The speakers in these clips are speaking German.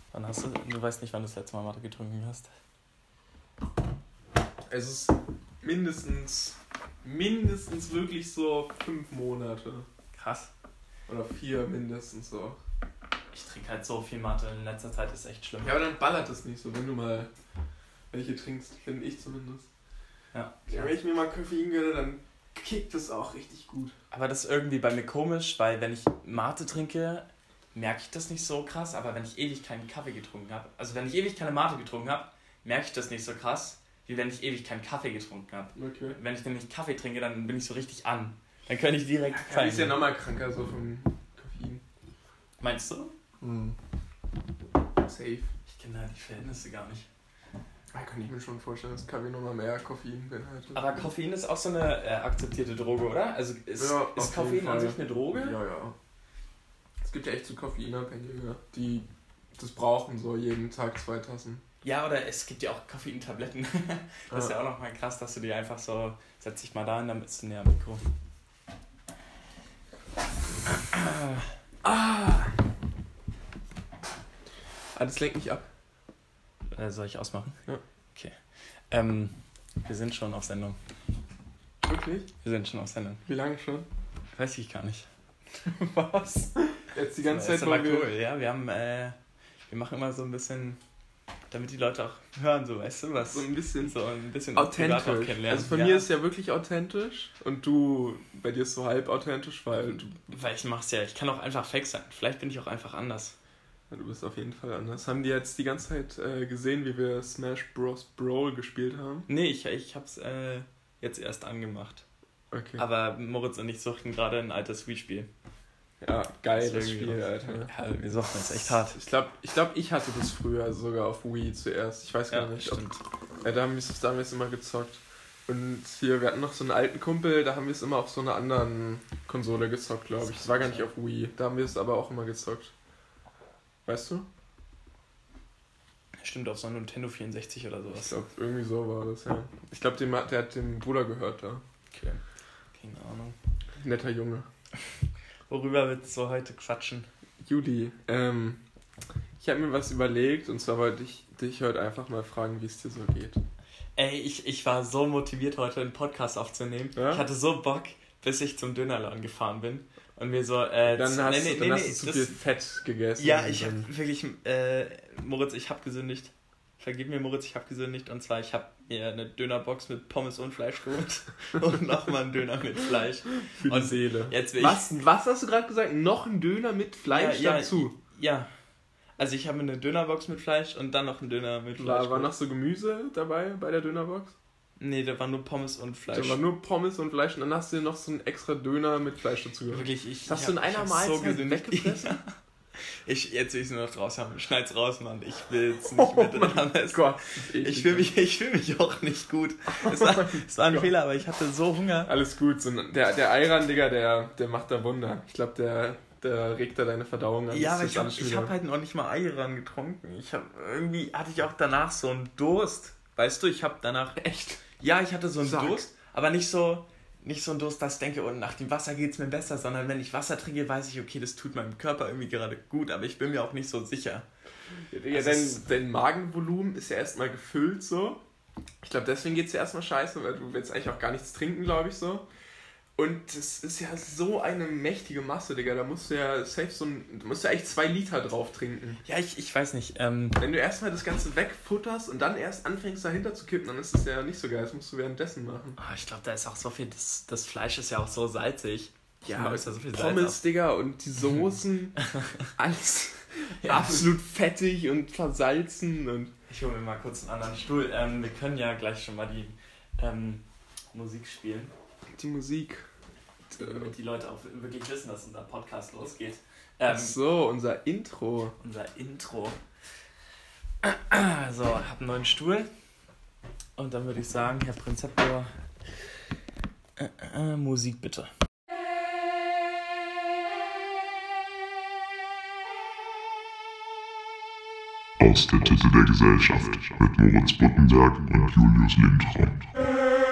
Du weißt nicht, wann du das letzte Mal Mate getrunken hast? Es ist mindestens wirklich so 5 Monate. Krass. Oder 4 mindestens so. Ich trinke halt so viel Mate in letzter Zeit, ist echt schlimm. Ja, aber dann ballert es nicht so, wenn du mal welche trinkst, finde ich zumindest. Ja. Wenn ich mir mal Koffein gönne, dann kickt es auch richtig gut. Aber das ist irgendwie bei mir komisch, weil wenn ich Mate trinke, merke ich das nicht so krass, aber wenn ich ewig keinen Kaffee getrunken habe, also wenn ich ewig keine Mate getrunken habe, merke ich das nicht so krass, wie wenn ich ewig keinen Kaffee getrunken habe. Okay. Wenn ich nämlich Kaffee trinke, dann bin ich so richtig an. Dann könnte ich direkt fallen. Ist ja nochmal kranker so vom Koffein. Meinst du? Safe. Ich kenne da die Verhältnisse gar nicht. Da kann ich mir schon vorstellen, dass Kaffee nochmal mehr Koffein beinhaltet. Aber Koffein ist auch so eine akzeptierte Droge, oder? Also ist Koffein an sich eine Droge? Ja. Es gibt ja echt so Koffeinabhängige, die das brauchen, so jeden Tag 2 Tassen. Ja, oder es gibt ja auch Koffeintabletten. Das ist ja auch nochmal krass, dass du die einfach so, setz dich mal da hin, dann bist du näher am Mikro. Das lenkt mich ab. Soll ich ausmachen? Ja. Okay. Wir sind schon auf Sendung. Wirklich? Wir sind schon auf Sendung. Wie lange schon? Weiß ich gar nicht. Was? Jetzt die ganze Zeit, weil wir... Cool. Ja, wir machen immer so ein bisschen, damit die Leute auch hören, so, weißt du, was? So ein bisschen authentisch. Also von mir ist ja wirklich authentisch und bei dir ist so halb authentisch, weil ich mach's ja, ich kann auch einfach fake sein. Vielleicht bin ich auch einfach anders. Ja, du bist auf jeden Fall anders. Haben die jetzt die ganze Zeit gesehen, wie wir Smash Bros. Brawl gespielt haben? Nee, ich hab's jetzt erst angemacht. Okay. Aber Moritz und ich suchten gerade ein altes Wii-Spiel. Ja, geiles Spiel, Alter. Ja, wir suchten jetzt echt hart. Ich glaube, ich hatte das früher sogar auf Wii zuerst. Ich weiß gar nicht. Stimmt. Da haben wir es damals immer gezockt. Und hier, wir hatten noch so einen alten Kumpel, da haben wir es immer auf so einer anderen Konsole gezockt, glaube ich. Das war gar nicht auf Wii. Da haben wir es aber auch immer gezockt. Weißt du? Stimmt, auf so einem Nintendo 64 oder sowas. Ich glaube, irgendwie so war das, ja. Ich glaube, der hat den Bruder gehört da. Okay. Keine Ahnung. Netter Junge. Worüber willst du heute quatschen? Juli, ich habe mir was überlegt und zwar wollte ich dich heute einfach mal fragen, wie es dir so geht. Ey, ich war so motiviert, heute einen Podcast aufzunehmen. Ja? Ich hatte so Bock, bis ich zum Dönerladen gefahren bin. Und mir so, dann hast du zu viel Fett gegessen. Ja, ich habe wirklich, Moritz, ich habe gesündigt. Vergib mir, Moritz, ich habe gesündigt. Und zwar, ich habe mir eine Dönerbox mit Pommes und Fleisch geholt. Und nochmal einen Döner mit Fleisch. Für die Seele. Jetzt was hast du gerade gesagt? Noch ein Döner mit Fleisch dazu? Ja. Also ich habe mir eine Dönerbox mit Fleisch und dann noch einen Döner mit Fleisch. War noch so Gemüse dabei bei der Dönerbox? Nee, da war nur Pommes und Fleisch. Da war nur Pommes und Fleisch und dann hast du dir noch so einen extra Döner mit Fleisch dazu geholt. Wirklich, hast du in einer Mahlzeit so weggefressen? Ja. Jetzt will ich es nur noch draus haben. Schneid's raus, Mann. Ich will es nicht mehr drin haben. Ich fühle mich auch nicht gut. Es war ein Fehler, aber ich hatte so Hunger. Alles gut. So, der Ayran, Digga, der macht da Wunder. Ich glaube, der regt da deine Verdauung an. Ja, aber ich hab halt noch nicht mal Ayran getrunken. Irgendwie hatte ich auch danach so einen Durst. Weißt du, ich habe danach... Echt? Ja, ich hatte so einen Durst, aber nicht so ein Durst, dass ich denke, oh, nach dem Wasser geht's mir besser, sondern wenn ich Wasser trinke, weiß ich, okay, das tut meinem Körper irgendwie gerade gut, aber ich bin mir auch nicht so sicher. Ja, dein Magenvolumen ist ja erstmal gefüllt so. Ich glaube, deswegen geht's dir erstmal scheiße, weil du willst eigentlich auch gar nichts trinken, glaube ich so. Und das ist ja so eine mächtige Masse, Digga. Da musst du ja safe du musst ja echt 2 Liter drauf trinken. Ja, ich weiß nicht. Wenn du erstmal das Ganze wegfutterst und dann erst anfängst dahinter zu kippen, dann ist das ja nicht so geil. Das musst du währenddessen machen. Oh, ich glaube, da ist auch so viel, das Fleisch ist ja auch so salzig. Ja, da ist ja so viel Pommes, Digga, und die Soßen, alles absolut fettig und versalzen. Und ich hole mir mal kurz einen anderen Stuhl. Wir können ja gleich schon mal die Musik spielen. Die Musik. Damit die Leute auch wirklich wissen, dass unser Podcast losgeht. Ach so, unser Intro. So, hab einen neuen Stuhl. Und dann würde ich sagen, Herr Prinzeptor, Musik bitte. Aus der Titte der Gesellschaft mit Moritz Buttenberg und Julius Lindtraum.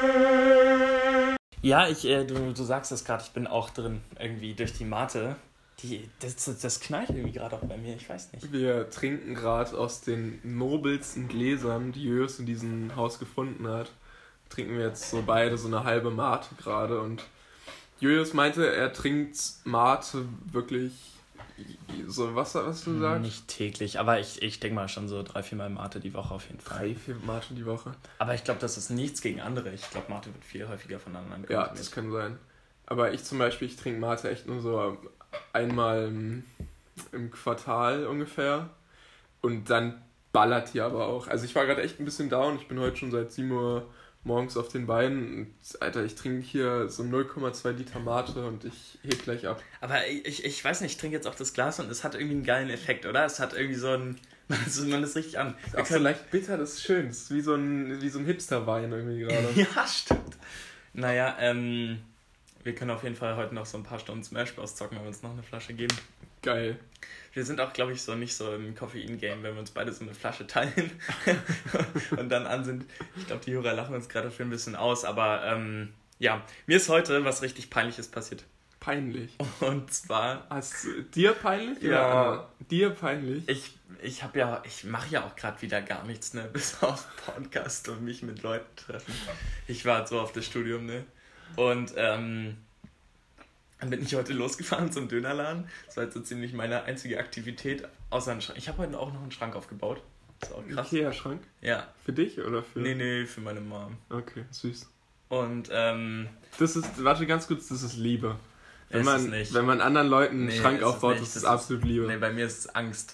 Ja, du sagst es gerade, ich bin auch drin, irgendwie durch die Mate. Das knallt irgendwie gerade auch bei mir, ich weiß nicht. Wir trinken gerade aus den nobelsten Gläsern, die Jös in diesem Haus gefunden hat. Trinken wir jetzt so beide so eine halbe Mate gerade und Julius meinte, er trinkt Mate wirklich so, was hast du gesagt? Nicht täglich, aber ich denke mal schon so 3-4 Mal Mate die Woche auf jeden Fall. 3-4 Mate die Woche? Aber ich glaube, das ist nichts gegen andere. Ich glaube, Mate wird viel häufiger von anderen konsumiert. Ja, das kann sein. Aber ich zum Beispiel, ich trinke Mate echt nur so einmal im Quartal ungefähr. Und dann ballert die aber auch. Also ich war gerade echt ein bisschen down. Ich bin heute schon seit 7 Uhr morgens auf den Beinen. Und, Alter, ich trinke hier so 0,2 Liter Mate und ich heb gleich ab. Aber ich weiß nicht, ich trinke jetzt auch das Glas und es hat irgendwie einen geilen Effekt, oder? Es hat irgendwie so einen... Man ist richtig an. Ist auch so leicht bitter, das ist schön. Das ist wie so ein Hipster-Wein irgendwie gerade. Ja, stimmt. Naja, wir können auf jeden Fall heute noch so ein paar Stunden Smash Bros. Zocken, wenn wir uns noch eine Flasche geben. Geil. Wir sind auch, glaube ich, so nicht so im Koffein-Game, wenn wir uns beide so eine Flasche teilen und dann an sind. Ich glaube, die Hörer lachen uns gerade für ein bisschen aus, aber ja, mir ist heute was richtig Peinliches passiert. Peinlich? Und zwar... Dir peinlich? Ja. Oder dir peinlich? Ich mache ja auch gerade wieder gar nichts, ne, bis auf Podcast und mich mit Leuten treffen. Ich war halt so auf das Studium, ne, und dann bin ich heute losgefahren zum Dönerladen. Das war jetzt so ziemlich meine einzige Aktivität, außer einen Schrank. Ich habe heute auch noch einen Schrank aufgebaut. Das ist auch krass. Ikea-Schrank? Ja. Für dich oder für... Nee, für meine Mom. Okay, süß. Und, das ist, warte ganz kurz, das ist Liebe. Wenn man anderen Leuten einen Schrank aufbaut, das ist absolut Liebe. Nee, bei mir ist es Angst.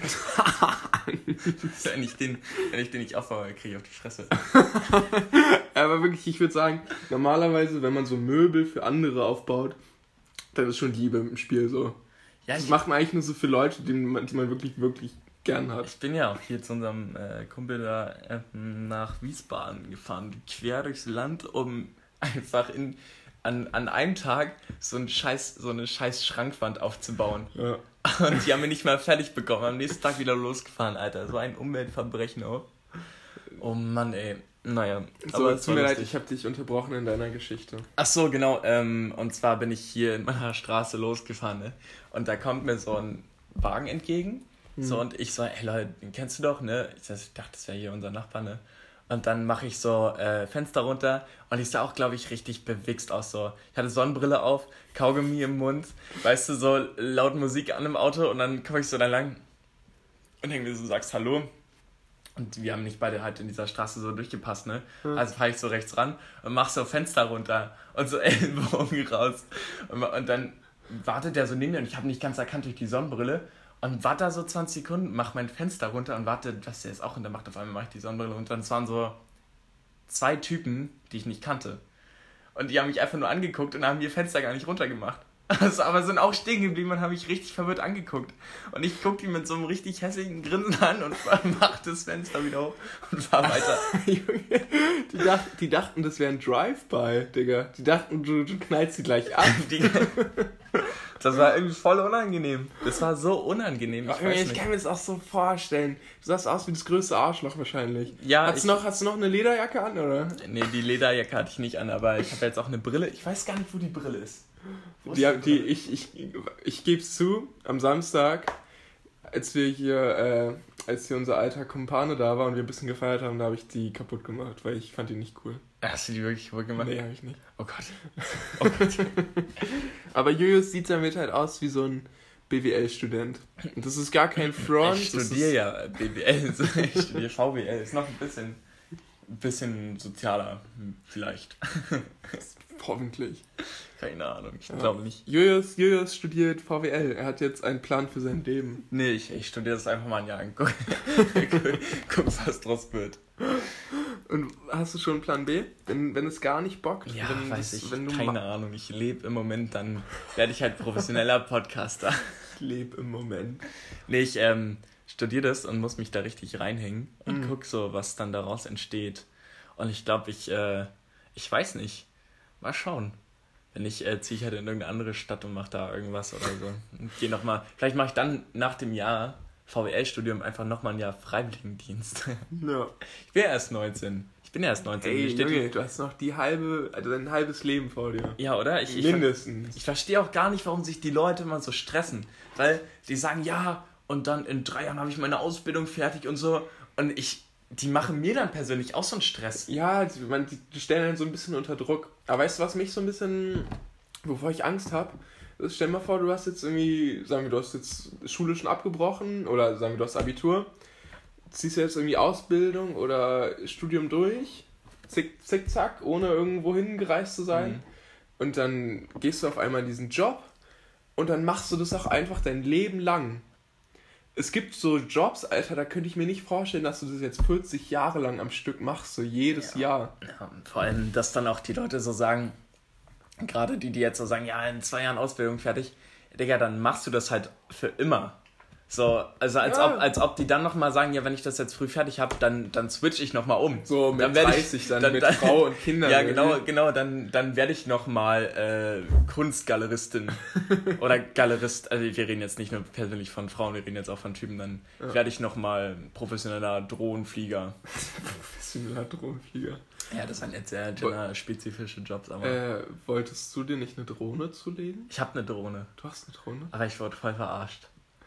wenn ich den nicht aufbaue, kriege ich auf die Fresse. Aber wirklich, ich würde sagen, normalerweise, wenn man so Möbel für andere aufbaut, dann ist schon Liebe im Spiel so. Ja, das macht man eigentlich nur so für Leute, die man wirklich, wirklich gern hat. Ich bin ja auch hier zu unserem Kumpel da nach Wiesbaden gefahren, quer durchs Land, um einfach an einem Tag so eine scheiß Schrankwand aufzubauen. Ja. Und die haben wir nicht mal fertig bekommen. Am nächsten Tag wieder losgefahren, Alter. So ein Umweltverbrechen auch. Oh Mann, ey. Naja. So, aber es tut mir leid, ich habe dich unterbrochen in deiner Geschichte. Ach so, genau. Und zwar bin ich hier in meiner Straße losgefahren, ne? Und da kommt mir so ein Wagen entgegen. So, und ich so, hey Leute, den kennst du doch, ne? Ich dachte, das wäre hier unser Nachbar, ne? Und dann mache ich so Fenster runter und ich sah auch, glaube ich, richtig bewichst aus. So. Ich hatte Sonnenbrille auf, Kaugummi im Mund, weißt du, so laut Musik an im Auto und dann komme ich so da lang und irgendwie so sagst Hallo. Und wir haben nicht beide halt in dieser Straße so durchgepasst, ne? Also fahre ich so rechts ran und mach so Fenster runter und so Ellenbogen raus. Und dann wartet der so neben mir und ich habe nicht ganz erkannt durch die Sonnenbrille. Und warte da so 20 Sekunden, mach mein Fenster runter und warte, dass der es auch runter macht. Auf einmal mache ich die Sonnenbrille runter und es waren so 2 Typen, die ich nicht kannte. Und die haben mich einfach nur angeguckt und haben ihr Fenster gar nicht runtergemacht. Also, aber sind auch stehen geblieben und haben mich richtig verwirrt angeguckt. Und ich guck die mit so einem richtig hässlichen Grinsen an und mach das Fenster wieder hoch und fahr weiter. die dachten, das wäre ein Drive-By, Digga. Die dachten, du knallst sie gleich ab. Das war irgendwie voll unangenehm. Das war so unangenehm. Ich kann mir das auch so vorstellen. Du sahst aus wie das größte Arschloch wahrscheinlich. Ja, hast du noch eine Lederjacke an, oder? Nee, die Lederjacke hatte ich nicht an, aber ich habe jetzt auch eine Brille. Ich weiß gar nicht, wo die Brille ist. Ich gebe es zu, am Samstag, als unser alter Kumpane da war und wir ein bisschen gefeiert haben, da habe ich die kaputt gemacht, weil ich fand die nicht cool. Hast du die wirklich kaputt gemacht? Nee, habe ich nicht. Oh Gott. Aber Julius sieht damit halt aus wie so ein BWL-Student. Und das ist gar kein Front. Ich studiere ja BWL, ich studiere VWL. Ist noch ein bisschen sozialer, vielleicht. Hoffentlich. Keine Ahnung, ich glaube nicht. Julius studiert VWL. Er hat jetzt einen Plan für sein Leben. Nee, ich studiere das einfach mal ein Jahr. Guck, was draus wird. Und hast du schon einen Plan B? Wenn es gar nicht bockt? Ja, keine Ahnung. Ich lebe im Moment, dann werde ich halt professioneller Podcaster. Ich lebe im Moment. Nee, ich studiere das und muss mich da richtig reinhängen und guck so, was dann daraus entsteht. Und ich glaube, ich weiß nicht. Mal schauen. Wenn nicht, ziehe ich halt in irgendeine andere Stadt und mache da irgendwas oder so. Und gehe nochmal. Vielleicht mache ich dann nach dem Jahr VWL-Studium einfach nochmal ein Jahr Freiwilligendienst. Ja. Ich wäre erst 19. Ich bin ja erst 19. Ey, Steht Junge, du hast noch dein halbes Leben vor dir. Ja, oder? Mindestens. Ich verstehe auch gar nicht, warum sich die Leute immer so stressen. Weil die sagen, ja, und dann in 3 Jahren habe ich meine Ausbildung fertig und so. Und die machen mir dann persönlich auch so einen Stress. Ja, die stellen einen so ein bisschen unter Druck. Aber weißt du, was mich so ein bisschen, wovor ich Angst habe? Stell dir mal vor, du hast jetzt irgendwie, sagen wir, du hast jetzt Schule schon abgebrochen oder sagen wir, du hast Abitur, ziehst jetzt irgendwie Ausbildung oder Studium durch, zickzack, ohne irgendwo hingereist zu sein. Mhm. Und dann gehst du auf einmal in diesen Job und dann machst du das auch einfach dein Leben lang. Es gibt so Jobs, Alter, da könnte ich mir nicht vorstellen, dass du das jetzt 40 Jahre lang am Stück machst, so jedes Jahr. Ja, und vor allem, dass dann auch die Leute so sagen, gerade die jetzt so sagen, ja, in 2 Jahren Ausbildung fertig, Digga, dann machst du das halt für immer. So, also als ob die dann nochmal sagen, ja, wenn ich das jetzt früh fertig habe, dann switch ich nochmal um. So mit dann 30 dann mit Frau und Kindern. Ja, genau, dann werde ich nochmal Kunstgaleristin oder Galerist, also wir reden jetzt nicht nur persönlich von Frauen, wir reden jetzt auch von Typen, dann werde ich nochmal professioneller Drohnenflieger. Professioneller Drohnenflieger. Ja, das sind jetzt sehr genderspezifische Jobs, aber... wolltest du dir nicht eine Drohne zulegen? Ich habe eine Drohne. Du hast eine Drohne? Aber ich wurde voll verarscht.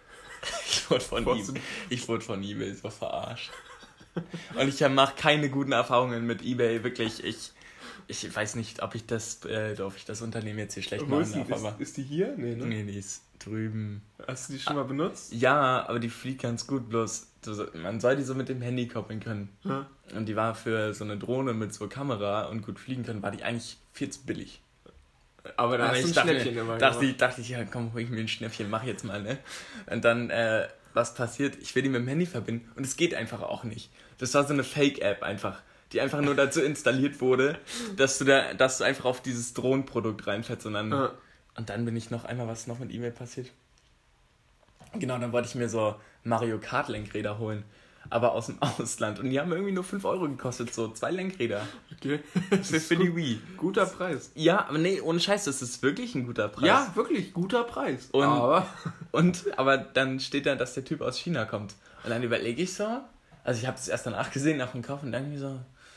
Ich wurde von eBay so verarscht. Und ich mache keine guten Erfahrungen mit eBay, wirklich. Ich weiß nicht, ob ich das Unternehmen jetzt hier schlecht machen darf. Aber ist die hier? Nee, ne? Nee, die ist drüben. Hast du die schon mal benutzt? Ja, aber die fliegt ganz gut, bloß man soll die so mit dem Handy koppeln können. Hm. Und die war für so eine Drohne mit so Kamera und gut fliegen können, war die eigentlich viel zu billig. Aber da hast du ein Schnäppchen immer dachte ich, ja komm, hol ich mir ein Schnäppchen, mach jetzt mal, ne? Und dann, was passiert? Ich will die mit dem Handy verbinden und es geht einfach auch nicht. Das war so eine Fake-App einfach, die einfach nur dazu installiert wurde, dass du einfach auf dieses Drohnenprodukt reinfällst und dann... Und dann bin ich noch einmal, was noch mit E-Mail passiert? Genau, dann wollte ich mir so Mario Kart Lenkräder holen, aber aus dem Ausland. Und die haben irgendwie nur 5 Euro gekostet, so 2 Lenkräder. Okay. für die Wii. Guter Preis. Ja, aber nee, ohne Scheiß, das ist wirklich ein guter Preis. Ja, wirklich, guter Preis. Aber dann steht da, dass der Typ aus China kommt. Und dann überlege ich so, also ich habe das erst danach gesehen, nach dem Kauf, und dann so,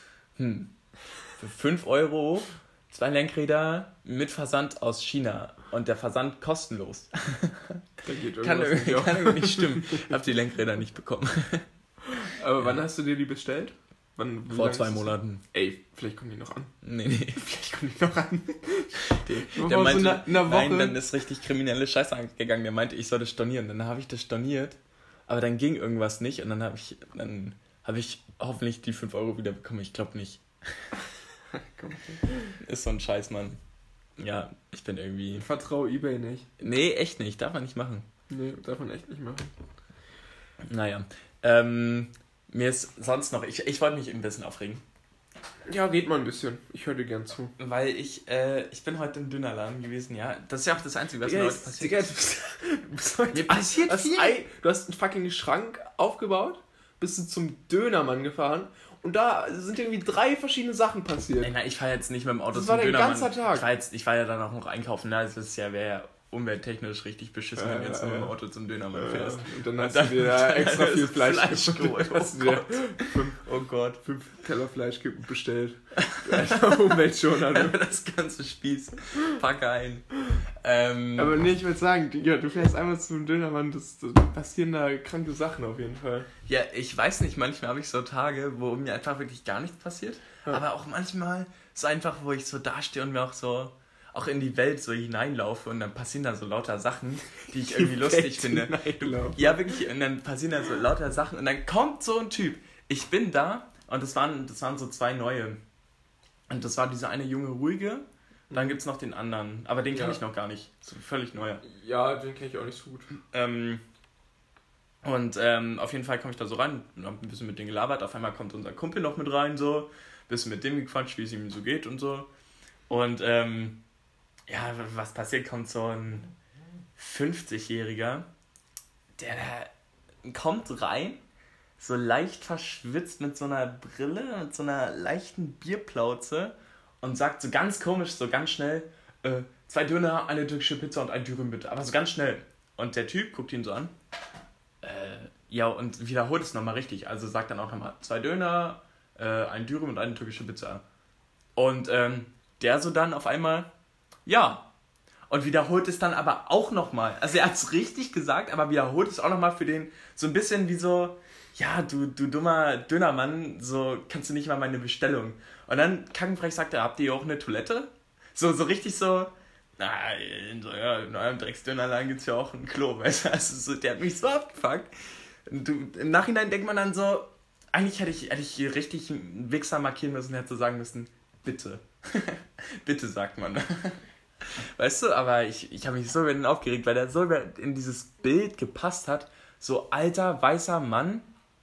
für 5 Euro 2 Lenkräder mit Versand aus China und der Versand kostenlos. Kann irgendwie nicht stimmen. Hab die Lenkräder nicht bekommen. Aber wann hast du dir die bestellt? Vor 2 Monaten. Ey, vielleicht kommen die noch an. Nee. Vielleicht kommen die noch an. Der meinte, so eine Woche. Nein, dann ist richtig kriminelle Scheiße angegangen. Der meinte, ich soll das stornieren. Dann habe ich das storniert, aber dann ging irgendwas nicht und dann habe ich hoffentlich die 5 Euro wieder bekommen. Ich glaube nicht. Ist so ein Scheiß, Mann. Ja, ich bin irgendwie... Ich vertraue eBay nicht. Nee, echt nicht. Darf man nicht machen. Nee, darf man echt nicht machen. Naja. Mir ist sonst noch... Ich wollte mich ein bisschen aufregen. Ja, red mal ein bisschen. Ich höre dir gern zu. Weil ich bin heute im Dönerladen gewesen, ja. Das ist ja auch das Einzige, was mir heute passiert. Mir passiert viel. Du hast einen fucking Schrank aufgebaut, bist du zum Dönermann gefahren und da sind irgendwie 3 verschiedene Sachen passiert. Nein, ich fahre jetzt nicht mit dem Auto zum Dönermann. Das war dein ganzer Tag. Ich war ja dann auch noch einkaufen, ne? Das wäre ja umwelttechnisch richtig beschissen, wenn du jetzt nur mit dem Auto zum Dönermann fährst. Und dann hast du dir extra viel Fleisch geholt. Oh Gott. 5 Teller Fleisch bestellt. Umweltschoner. Das ganze Spieß. Pack ein. Aber nee, ich würde sagen, ja, du fährst einmal zum Dönermann, das passieren da kranke Sachen auf jeden Fall. Ja, ich weiß nicht, manchmal habe ich so Tage, wo mir einfach wirklich gar nichts passiert. Ja. Aber auch manchmal so einfach, wo ich so dastehe und mir auch in die Welt so hineinlaufe und dann passieren da so lauter Sachen, die ich irgendwie lustig finde. Ja, wirklich, und dann passieren da so lauter Sachen und dann kommt so ein Typ. Ich bin da und das waren so 2 neue. Und das war dieser eine junge, ruhige, dann gibt's noch den anderen, aber den kann ich noch gar nicht. So völlig neuer. Ja, den kenne ich auch nicht so gut. Auf jeden Fall komme ich da so rein und hab ein bisschen mit denen gelabert. Auf einmal kommt unser Kumpel noch mit rein, so, bisschen mit dem gequatscht, wie es ihm so geht und so. Und ja, was passiert, kommt so ein 50-Jähriger, der da kommt rein, so leicht verschwitzt mit so einer Brille, mit so einer leichten Bierplauze und sagt so ganz komisch, so ganz schnell, 2 Döner, eine türkische Pizza und ein Dürüm bitte, aber so ganz schnell. Und der Typ guckt ihn so an, ja, und wiederholt es nochmal richtig, also sagt dann auch nochmal 2 Döner, ein Dürüm und eine türkische Pizza. Und der so dann auf einmal, ja. Und wiederholt es dann aber auch nochmal. Also er hat es richtig gesagt, aber wiederholt es auch nochmal für den, so ein bisschen wie so, ja, du dummer Dönermann, so kannst du nicht mal meine Bestellung. Und dann kackenfrech sagt er, habt ihr auch eine Toilette? So richtig so, in eurem Drecksdönerladen gibt's ja auch ein Klo, weißt du? Also so, der hat mich so abgefuckt. Im Nachhinein denkt man dann so, eigentlich hätte ich richtig einen Wichser markieren müssen, hätte so sagen müssen, bitte. Bitte, sagt man. Weißt du, aber ich habe mich so über den aufgeregt, weil der so in dieses Bild gepasst hat. So alter, weißer Mann,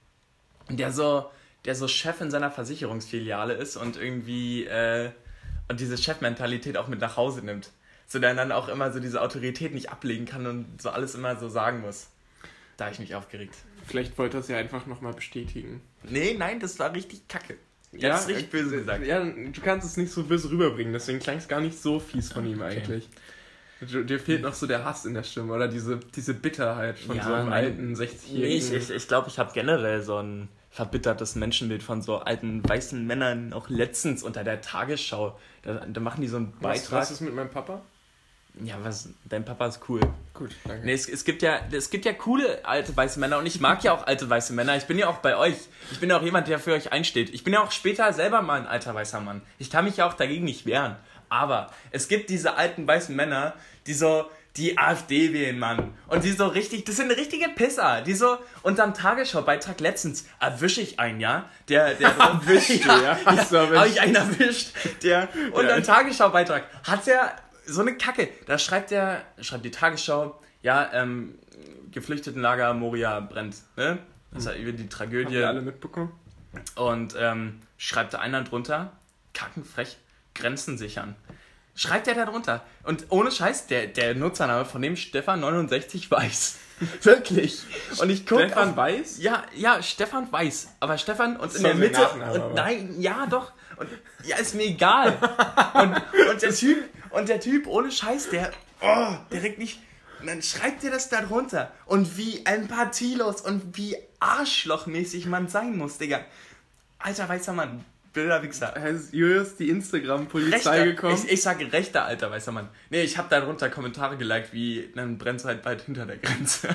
der so Chef in seiner Versicherungsfiliale ist und irgendwie und diese Chefmentalität auch mit nach Hause nimmt. So der dann auch immer so diese Autorität nicht ablegen kann und so alles immer so sagen muss. Da habe ich mich aufgeregt. Vielleicht wollte er es ja einfach nochmal bestätigen. Nein, das war richtig kacke. Ja, das ist richtig böse gesagt. Ja, du kannst es nicht so böse rüberbringen, deswegen klang es gar nicht so fies von ihm eigentlich. Dir fehlt noch so der Hass in der Stimme oder diese Bitterheit von so einem alten 60-Jährigen. Nee, ich glaube, ich habe generell so ein verbittertes Menschenbild von so alten weißen Männern, auch letztens unter der Tagesschau. Da machen die so einen Beitrag. Was ist mit meinem Papa? Ja, dein Papa ist cool. Gut, danke. Nee, es gibt ja coole alte weiße Männer und ich mag ja auch alte weiße Männer. Ich bin ja auch bei euch. Ich bin ja auch jemand, der für euch einsteht. Ich bin ja auch später selber mal ein alter weißer Mann. Ich kann mich ja auch dagegen nicht wehren. Aber es gibt diese alten weißen Männer, die AfD wählen, Mann. Und die so richtig, das sind richtige Pisser. Die so, unterm Tagesschau-Beitrag letztens erwische ich einen, ja? Der erwischt, ja. Habe ich einen erwischt. Der unterm Tagesschau-Beitrag hat der so eine Kacke. Da schreibt die Tagesschau, ja, Geflüchtetenlager Moria brennt, ne? Das ist über die Tragödie. Haben wir alle mitbekommen. Und schreibt da einer drunter, kackenfrech, Grenzen sichern. Schreibt der da drunter. Und ohne Scheiß, der Nutzername von dem Stefan69 Weiß. Wirklich. Und ich gucke. Stefan Weiß? Ja, Stefan Weiß. Aber Stefan und das in der Mitte. Nachname, und nein, ja doch. Und ja, ist mir egal. und der Typ, ohne Scheiß, der regt mich. Und dann schreibt er das da drunter. Und wie empathielos und wie arschlochmäßig man sein muss, Digga. Alter weißer Mann. Blöder Wichser. Ist Julius die Instagram-Polizei gekommen? Ich sage rechter alter weißer Mann. Nee, ich habe da drunter Kommentare geliked, wie dann brennt es halt bald hinter der Grenze.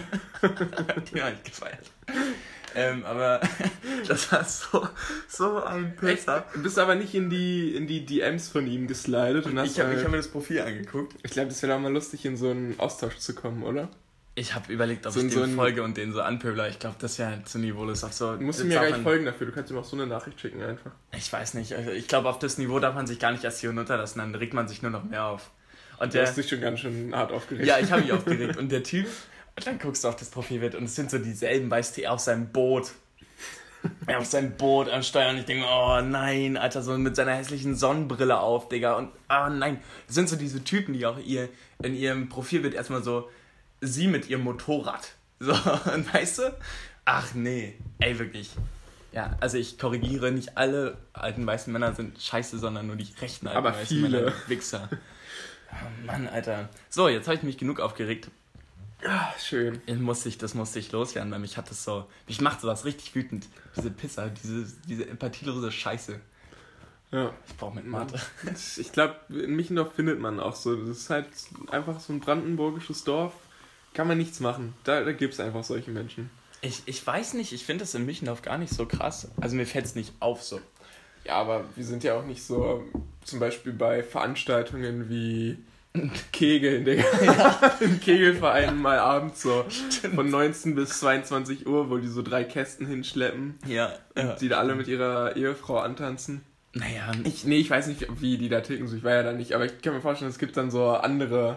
Die habe ich gefeiert. Aber das war so ein Pisser. Du bist aber nicht in die DMs von ihm geslidet. Und ich hab mir das Profil angeguckt. Ich glaube, das wäre doch mal lustig, in so einen Austausch zu kommen, oder? Ich habe überlegt, ob ich den folge und den so anpöbler. Ich glaube, das wäre zu niveaulos. Du musst mir gar nicht folgen dafür. Du kannst ihm auch so eine Nachricht schicken einfach. Ich weiß nicht. Ich glaube, auf das Niveau darf man sich gar nicht erst hier runterlassen. Dann regt man sich nur noch mehr auf. Und du hast dich schon ganz schön hart aufgeregt. Ja, ich habe mich aufgeregt. Und der Typ, und dann guckst du auf das Profilbild und es sind so dieselben, weißt du, auf seinem Boot. Auf seinem Boot am Steuer. Und ich denke, oh nein, Alter, so mit seiner hässlichen Sonnenbrille auf, Digga. Und nein, das sind so diese Typen, die auch in ihrem Profilbild erstmal so sie mit ihrem Motorrad. So, und weißt du? Ach nee, ey, wirklich. Ja, also ich korrigiere, nicht alle alten weißen Männer sind scheiße, sondern nur die rechten alten aber weißen viele. Männer. Wichser. Oh Mann, Alter. So, jetzt habe ich mich genug aufgeregt. Ach, schön. Das musste ich loswerden, weil mich macht sowas richtig wütend. Diese Pisser, diese empathielose Scheiße. Ja. Ich brauche mit Mathe. Ich glaube, in Michendorf findet man auch so. Das ist halt einfach so ein brandenburgisches Dorf. Kann man nichts machen. Da gibt es einfach solche Menschen. Ich weiß nicht, ich finde das in Michendorf gar nicht so krass. Also mir fällt es nicht auf so. Ja, aber wir sind ja auch nicht so, zum Beispiel bei Veranstaltungen wie Kegeln, Digga. Ja. Im Kegelverein mal abends so von 19 bis 22 Uhr, wo die so 3 Kästen hinschleppen. Ja. Und die da alle mit ihrer Ehefrau antanzen. Naja. Ich weiß nicht, wie die da ticken, so ich war ja da nicht, aber ich kann mir vorstellen, es gibt dann so andere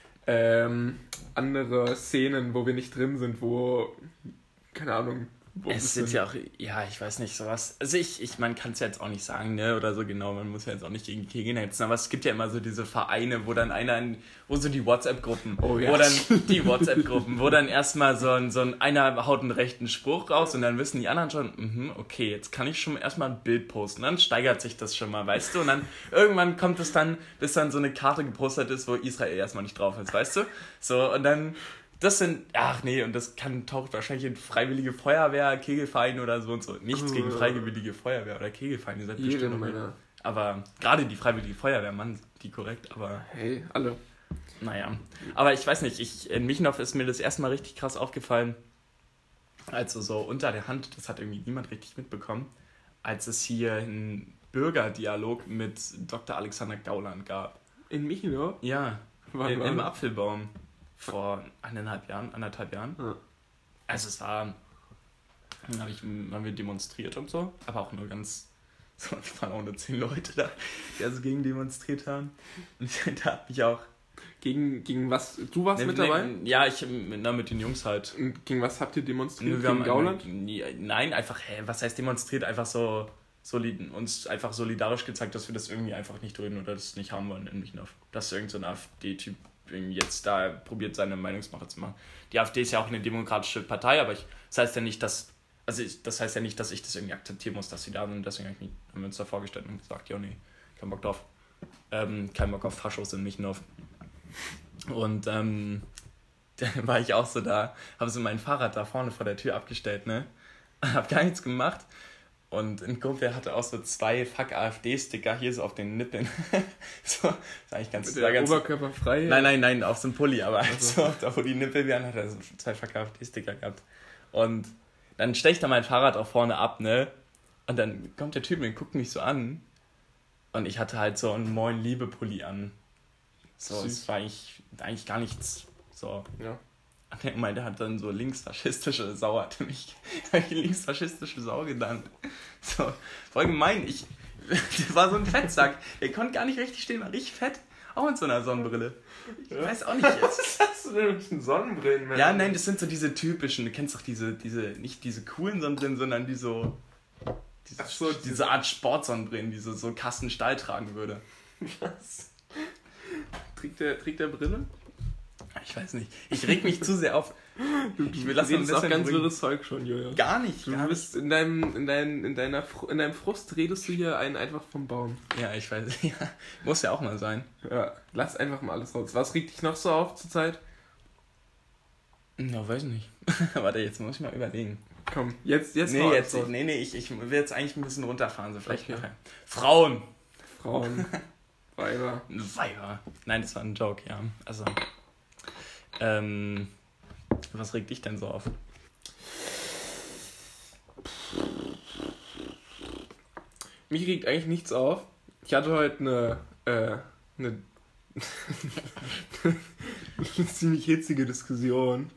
Szenen, wo wir nicht drin sind, wo, keine Ahnung, wo es sind ja auch, ja, ich weiß nicht, sowas. Also man kann es ja jetzt auch nicht sagen, ne, oder so genau, man muss ja jetzt auch nicht gegen Kegeln hetzen, aber es gibt ja immer so diese Vereine, wo dann wo so die WhatsApp-Gruppen, wo dann erstmal so ein einer haut einen rechten Spruch raus und dann wissen die anderen schon, okay, jetzt kann ich schon erstmal ein Bild posten, dann steigert sich das schon mal, weißt du, und dann irgendwann kommt es dann, bis dann so eine Karte gepostet ist, wo Israel erstmal nicht drauf ist, weißt du, so, und dann Das sind, und das taucht wahrscheinlich in Freiwillige Feuerwehr, Kegelverein oder so und so. Nichts gegen Freiwillige Feuerwehr oder Kegelverein, ihr seid bestimmt noch. Aber gerade die Freiwillige Feuerwehr, Mann, die korrekt, aber... Hey, alle. Naja, aber ich weiß nicht, in Michenhof ist mir das erstmal richtig krass aufgefallen, also so unter der Hand, das hat irgendwie niemand richtig mitbekommen, als es hier einen Bürgerdialog mit Dr. Alexander Gauland gab. In Michenhof? Ja, im Apfelbaum vor anderthalb Jahren. Ja. Also es war, haben wir demonstriert und so, aber auch nur ganz, so, es waren auch nur 10 Leute da, die also gegen demonstriert haben. Und da habe ich auch... Gegen was? Du warst mit dabei? Ja, mit den Jungs halt. Und gegen was habt ihr demonstriert? Gegen Gauland? Nein, einfach, was heißt demonstriert? Einfach so uns einfach solidarisch gezeigt, dass wir das irgendwie einfach nicht dulden oder das nicht haben wollen in Michenhof. Dass irgend so ein AfD-Typ jetzt da probiert, seine Meinungsmache zu machen. Die AfD ist ja auch eine demokratische Partei, aber das heißt ja nicht, dass ich das irgendwie akzeptieren muss, dass sie da sind. Deswegen haben wir uns da vorgestellt und gesagt, ja, nee, kein Bock drauf. Kein Bock auf Faschos in Michenhof. Und dann war ich auch so da, habe so mein Fahrrad da vorne vor der Tür abgestellt, ne? Hab gar nichts gemacht. Und ein Kumpel hatte auch so 2 Fuck-AfD-Sticker hier so auf den Nippeln. So, ist eigentlich ganz... Mit der Oberkörper frei? Nein, auf so einem Pulli, aber also, da wo die Nippel wären, hat er so 2 Fuck-AfD-Sticker gehabt. Und dann stelle ich da mein Fahrrad auch vorne ab, ne? Und dann kommt der Typ und guckt mich so an. Und ich hatte halt so einen Moin Liebe-Pulli an. So, es war eigentlich gar nichts. So. Ja. Und der hat dann so linksfaschistische Sau, hatte mich linksfaschistische Sau genannt. So, voll gemein. Der war so ein Fettsack. Der konnte gar nicht richtig stehen, war richtig fett. Auch mit so einer Sonnenbrille. Ich weiß auch nicht jetzt. Was hast du denn mit den Sonnenbrillen? Ja, nein, das sind so diese typischen, du kennst doch nicht diese coolen Sonnenbrillen, sondern die so... diese Art Sportsonnenbrillen, die so Kasten Stahl tragen würde. Was? Trägt der Brille? Ich weiß nicht. Ich reg mich zu sehr auf. Ich will lassen das auch ganz wirres Zeug schon, Julia. Gar nicht. Du bist in deinem Frust redest du hier einen einfach vom Baum. Ja, ich weiß. Ja, muss ja auch mal sein. Ja, lass einfach mal alles raus. Was regt dich noch so auf zur Zeit? Na, weiß nicht. Warte, jetzt muss ich mal überlegen. Komm, jetzt ich will jetzt eigentlich ein bisschen runterfahren, so vielleicht nachher. Frauen. Weiber. Nein, das war ein Joke, ja. Also, was regt dich denn so auf? Mich regt eigentlich nichts auf. Ich hatte heute eine ziemlich hitzige Diskussion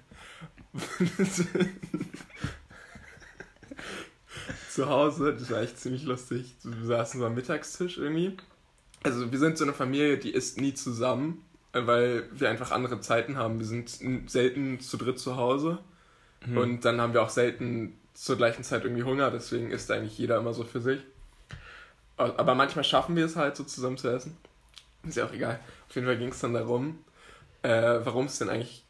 zu Hause. Das war echt ziemlich lustig. Wir saßen so am Mittagstisch irgendwie. Also wir sind so eine Familie, die isst nie zusammen, weil wir einfach andere Zeiten haben. Wir sind selten zu dritt zu Hause und dann haben wir auch selten zur gleichen Zeit irgendwie Hunger, deswegen isst eigentlich jeder immer so für sich. Aber manchmal schaffen wir es halt so zusammen zu essen. Ist ja auch egal. Auf jeden Fall ging es dann darum, warum es denn eigentlich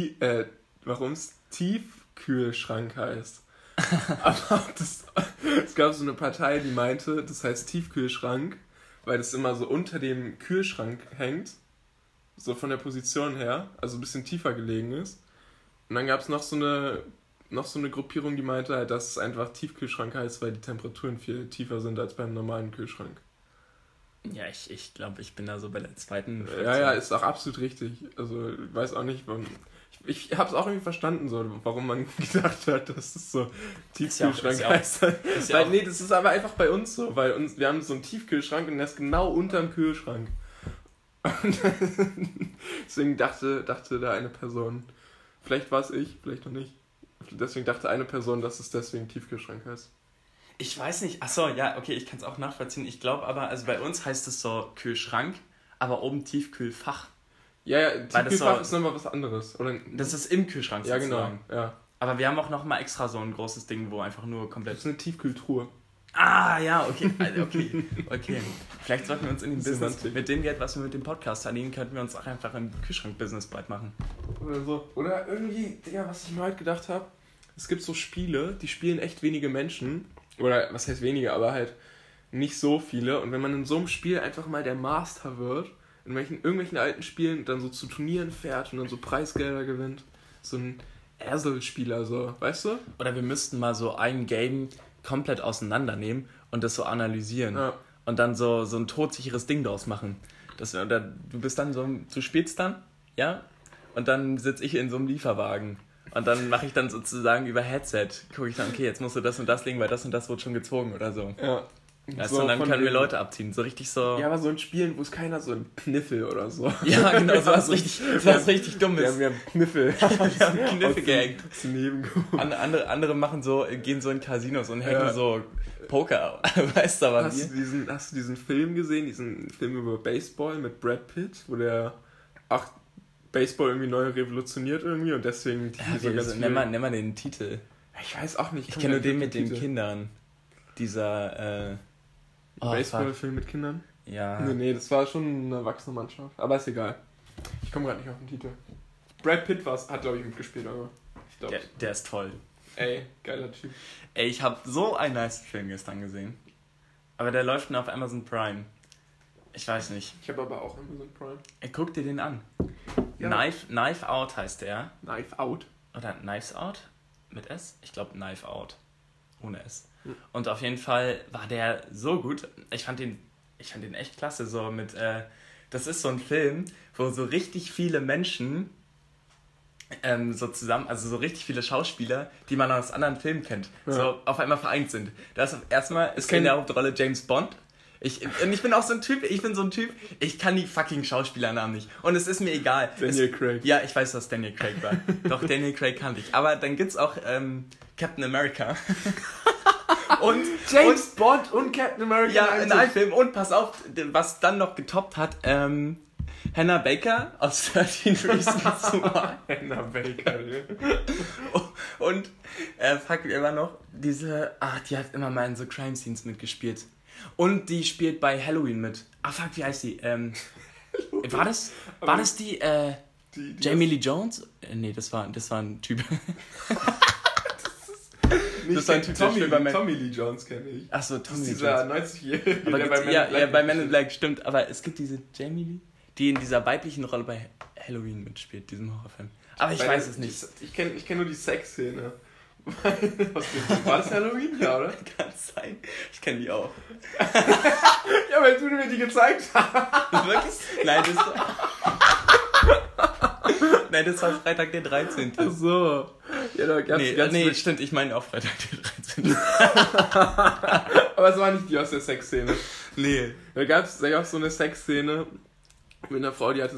Tiefkühlschrank heißt. Aber es gab so eine Partei, die meinte, das heißt Tiefkühlschrank, weil das immer so unter dem Kühlschrank hängt, so von der Position her, also ein bisschen tiefer gelegen ist. Und dann gab es noch so eine Gruppierung, die meinte halt, dass es einfach Tiefkühlschrank heißt, weil die Temperaturen viel tiefer sind als beim normalen Kühlschrank. Ja, ich glaube, ich bin da so bei der zweiten. Ja, ist auch absolut richtig. Also ich weiß auch nicht, warum. Ich habe es auch irgendwie verstanden, so, warum man gedacht hat, dass es so Tiefkühlschrank heißt. Nee, das ist aber einfach bei uns so, weil wir haben so einen Tiefkühlschrank und der ist genau unterm Kühlschrank. Und deswegen dachte da eine Person, vielleicht war es ich, vielleicht noch nicht, deswegen dachte eine Person, dass es deswegen Tiefkühlschrank heißt. Ich weiß nicht, achso, ja, okay, ich kann es auch nachvollziehen. Ich glaube aber, also bei uns heißt es so Kühlschrank, aber oben Tiefkühlfach. Ja, Tiefkühlfach ist nochmal was anderes. Oder? Das ist im Kühlschrank sozusagen. Ja, genau. Ja. Aber wir haben auch nochmal extra so ein großes Ding, wo einfach nur komplett... Das ist eine Tiefkühltruhe. Ah, ja, okay. Vielleicht sollten wir uns in dem Business, mit dem Geld, was wir mit dem Podcast verdienen, könnten wir uns auch einfach im Kühlschrank-Business breit machen. Oder so. Oder irgendwie, Digga, was ich mir heute gedacht habe, es gibt so Spiele, die spielen echt wenige Menschen. Oder, was heißt wenige, aber halt nicht so viele. Und wenn man in so einem Spiel einfach mal der Master wird, in irgendwelchen alten Spielen dann so zu Turnieren fährt und dann so Preisgelder gewinnt, Erselspieler, so, weißt du? Oder wir müssten mal so ein Game komplett auseinandernehmen und das so analysieren. Ja. Und dann so ein todsicheres Ding draus machen. Oder du bist dann so, du spielst dann, ja? Und dann sitze ich in so einem Lieferwagen. Und dann mache ich dann sozusagen über Headset, gucke ich dann, okay, jetzt musst du das und das legen, weil das und das wurde schon gezogen oder so. Ja. Weißt du, und dann können wir Leute abziehen. So richtig so. Ja, aber so in Spielen, wo es keiner so ein Kniffel oder so. Ja, genau, so was richtig Dummes. Wir haben Kniffel. Wir haben Kniffe gehängt. Andere gehen so in Casinos und hängen so Poker. Weißt du aber Hast du diesen Film gesehen, diesen Film über Baseball mit Brad Pitt, wo der Baseball irgendwie neu revolutioniert irgendwie und deswegen nenn mal den Titel. Ich weiß auch nicht. Ich kenne nur den mit den Kindern. Dieser Baseball-Film mit Kindern? Ja. Nee, das war schon eine erwachsene Mannschaft. Aber ist egal. Ich komme gerade nicht auf den Titel. Brad Pitt hat, glaube ich, mitgespielt, aber ich glaube. Der ist toll. Ey, geiler Typ. Ey, ich habe so einen nice Film gestern gesehen. Aber der läuft nur auf Amazon Prime. Ich weiß nicht. Ich habe aber auch Amazon Prime. Ey, guck dir den an. Ja. Knife Out heißt der. Knife Out? Oder Knives Out? Mit S? Ich glaube Knife Out. Ohne S. Und auf jeden Fall war der so gut. Ich fand den echt klasse. So mit, das ist so ein Film, wo so richtig viele Menschen so zusammen, also so richtig viele Schauspieler, die man aus anderen Filmen kennt, so auf einmal vereint sind. Das erstmal ist in der Hauptrolle James Bond. Ich bin auch so ein Typ, ich kann die fucking Schauspielernamen nicht. Und es ist mir egal. Daniel Craig. Ja, ich weiß, dass Daniel Craig war. Doch, Daniel Craig kannte ich. Aber dann gibt's auch Captain America. Und James Bond und Captain America. Ja, in einem Film. Und pass auf, was dann noch getoppt hat, Hannah Baker aus 13 Reasons Why. Hannah Baker, ja. Und fuck, immer noch, die hat immer mal in so Crime-Scenes mitgespielt. Und die spielt bei Halloween mit. Fuck, wie heißt die? War das die Jamie Lee Jones? Nee, das war ein Typ. Das war ein Typ, Tommy Lee Jones kenne ich. Achso, Tommy Lee Jones. Dieser 90-Jährige, der bei Men in Black bei Men in Black, stimmt. Aber es gibt diese Jamie Lee, die in dieser weiblichen Rolle bei Halloween mitspielt, diesem Horrorfilm. Aber ich weiß es nicht. Ich kenn nur die Sexszene. War das Halloween? Ja, oder? Kann sein. Ich kenne die auch. Ja, weil du mir die gezeigt hast. Wirklich? Nein, das war Freitag der 13. Ach so. Ja, da gab's nee, stimmt, ich meine auch Freitag der 13. Aber es war nicht die aus der Sexszene. Nee. Da gab's so eine Sexszene mit einer Frau, die hatte...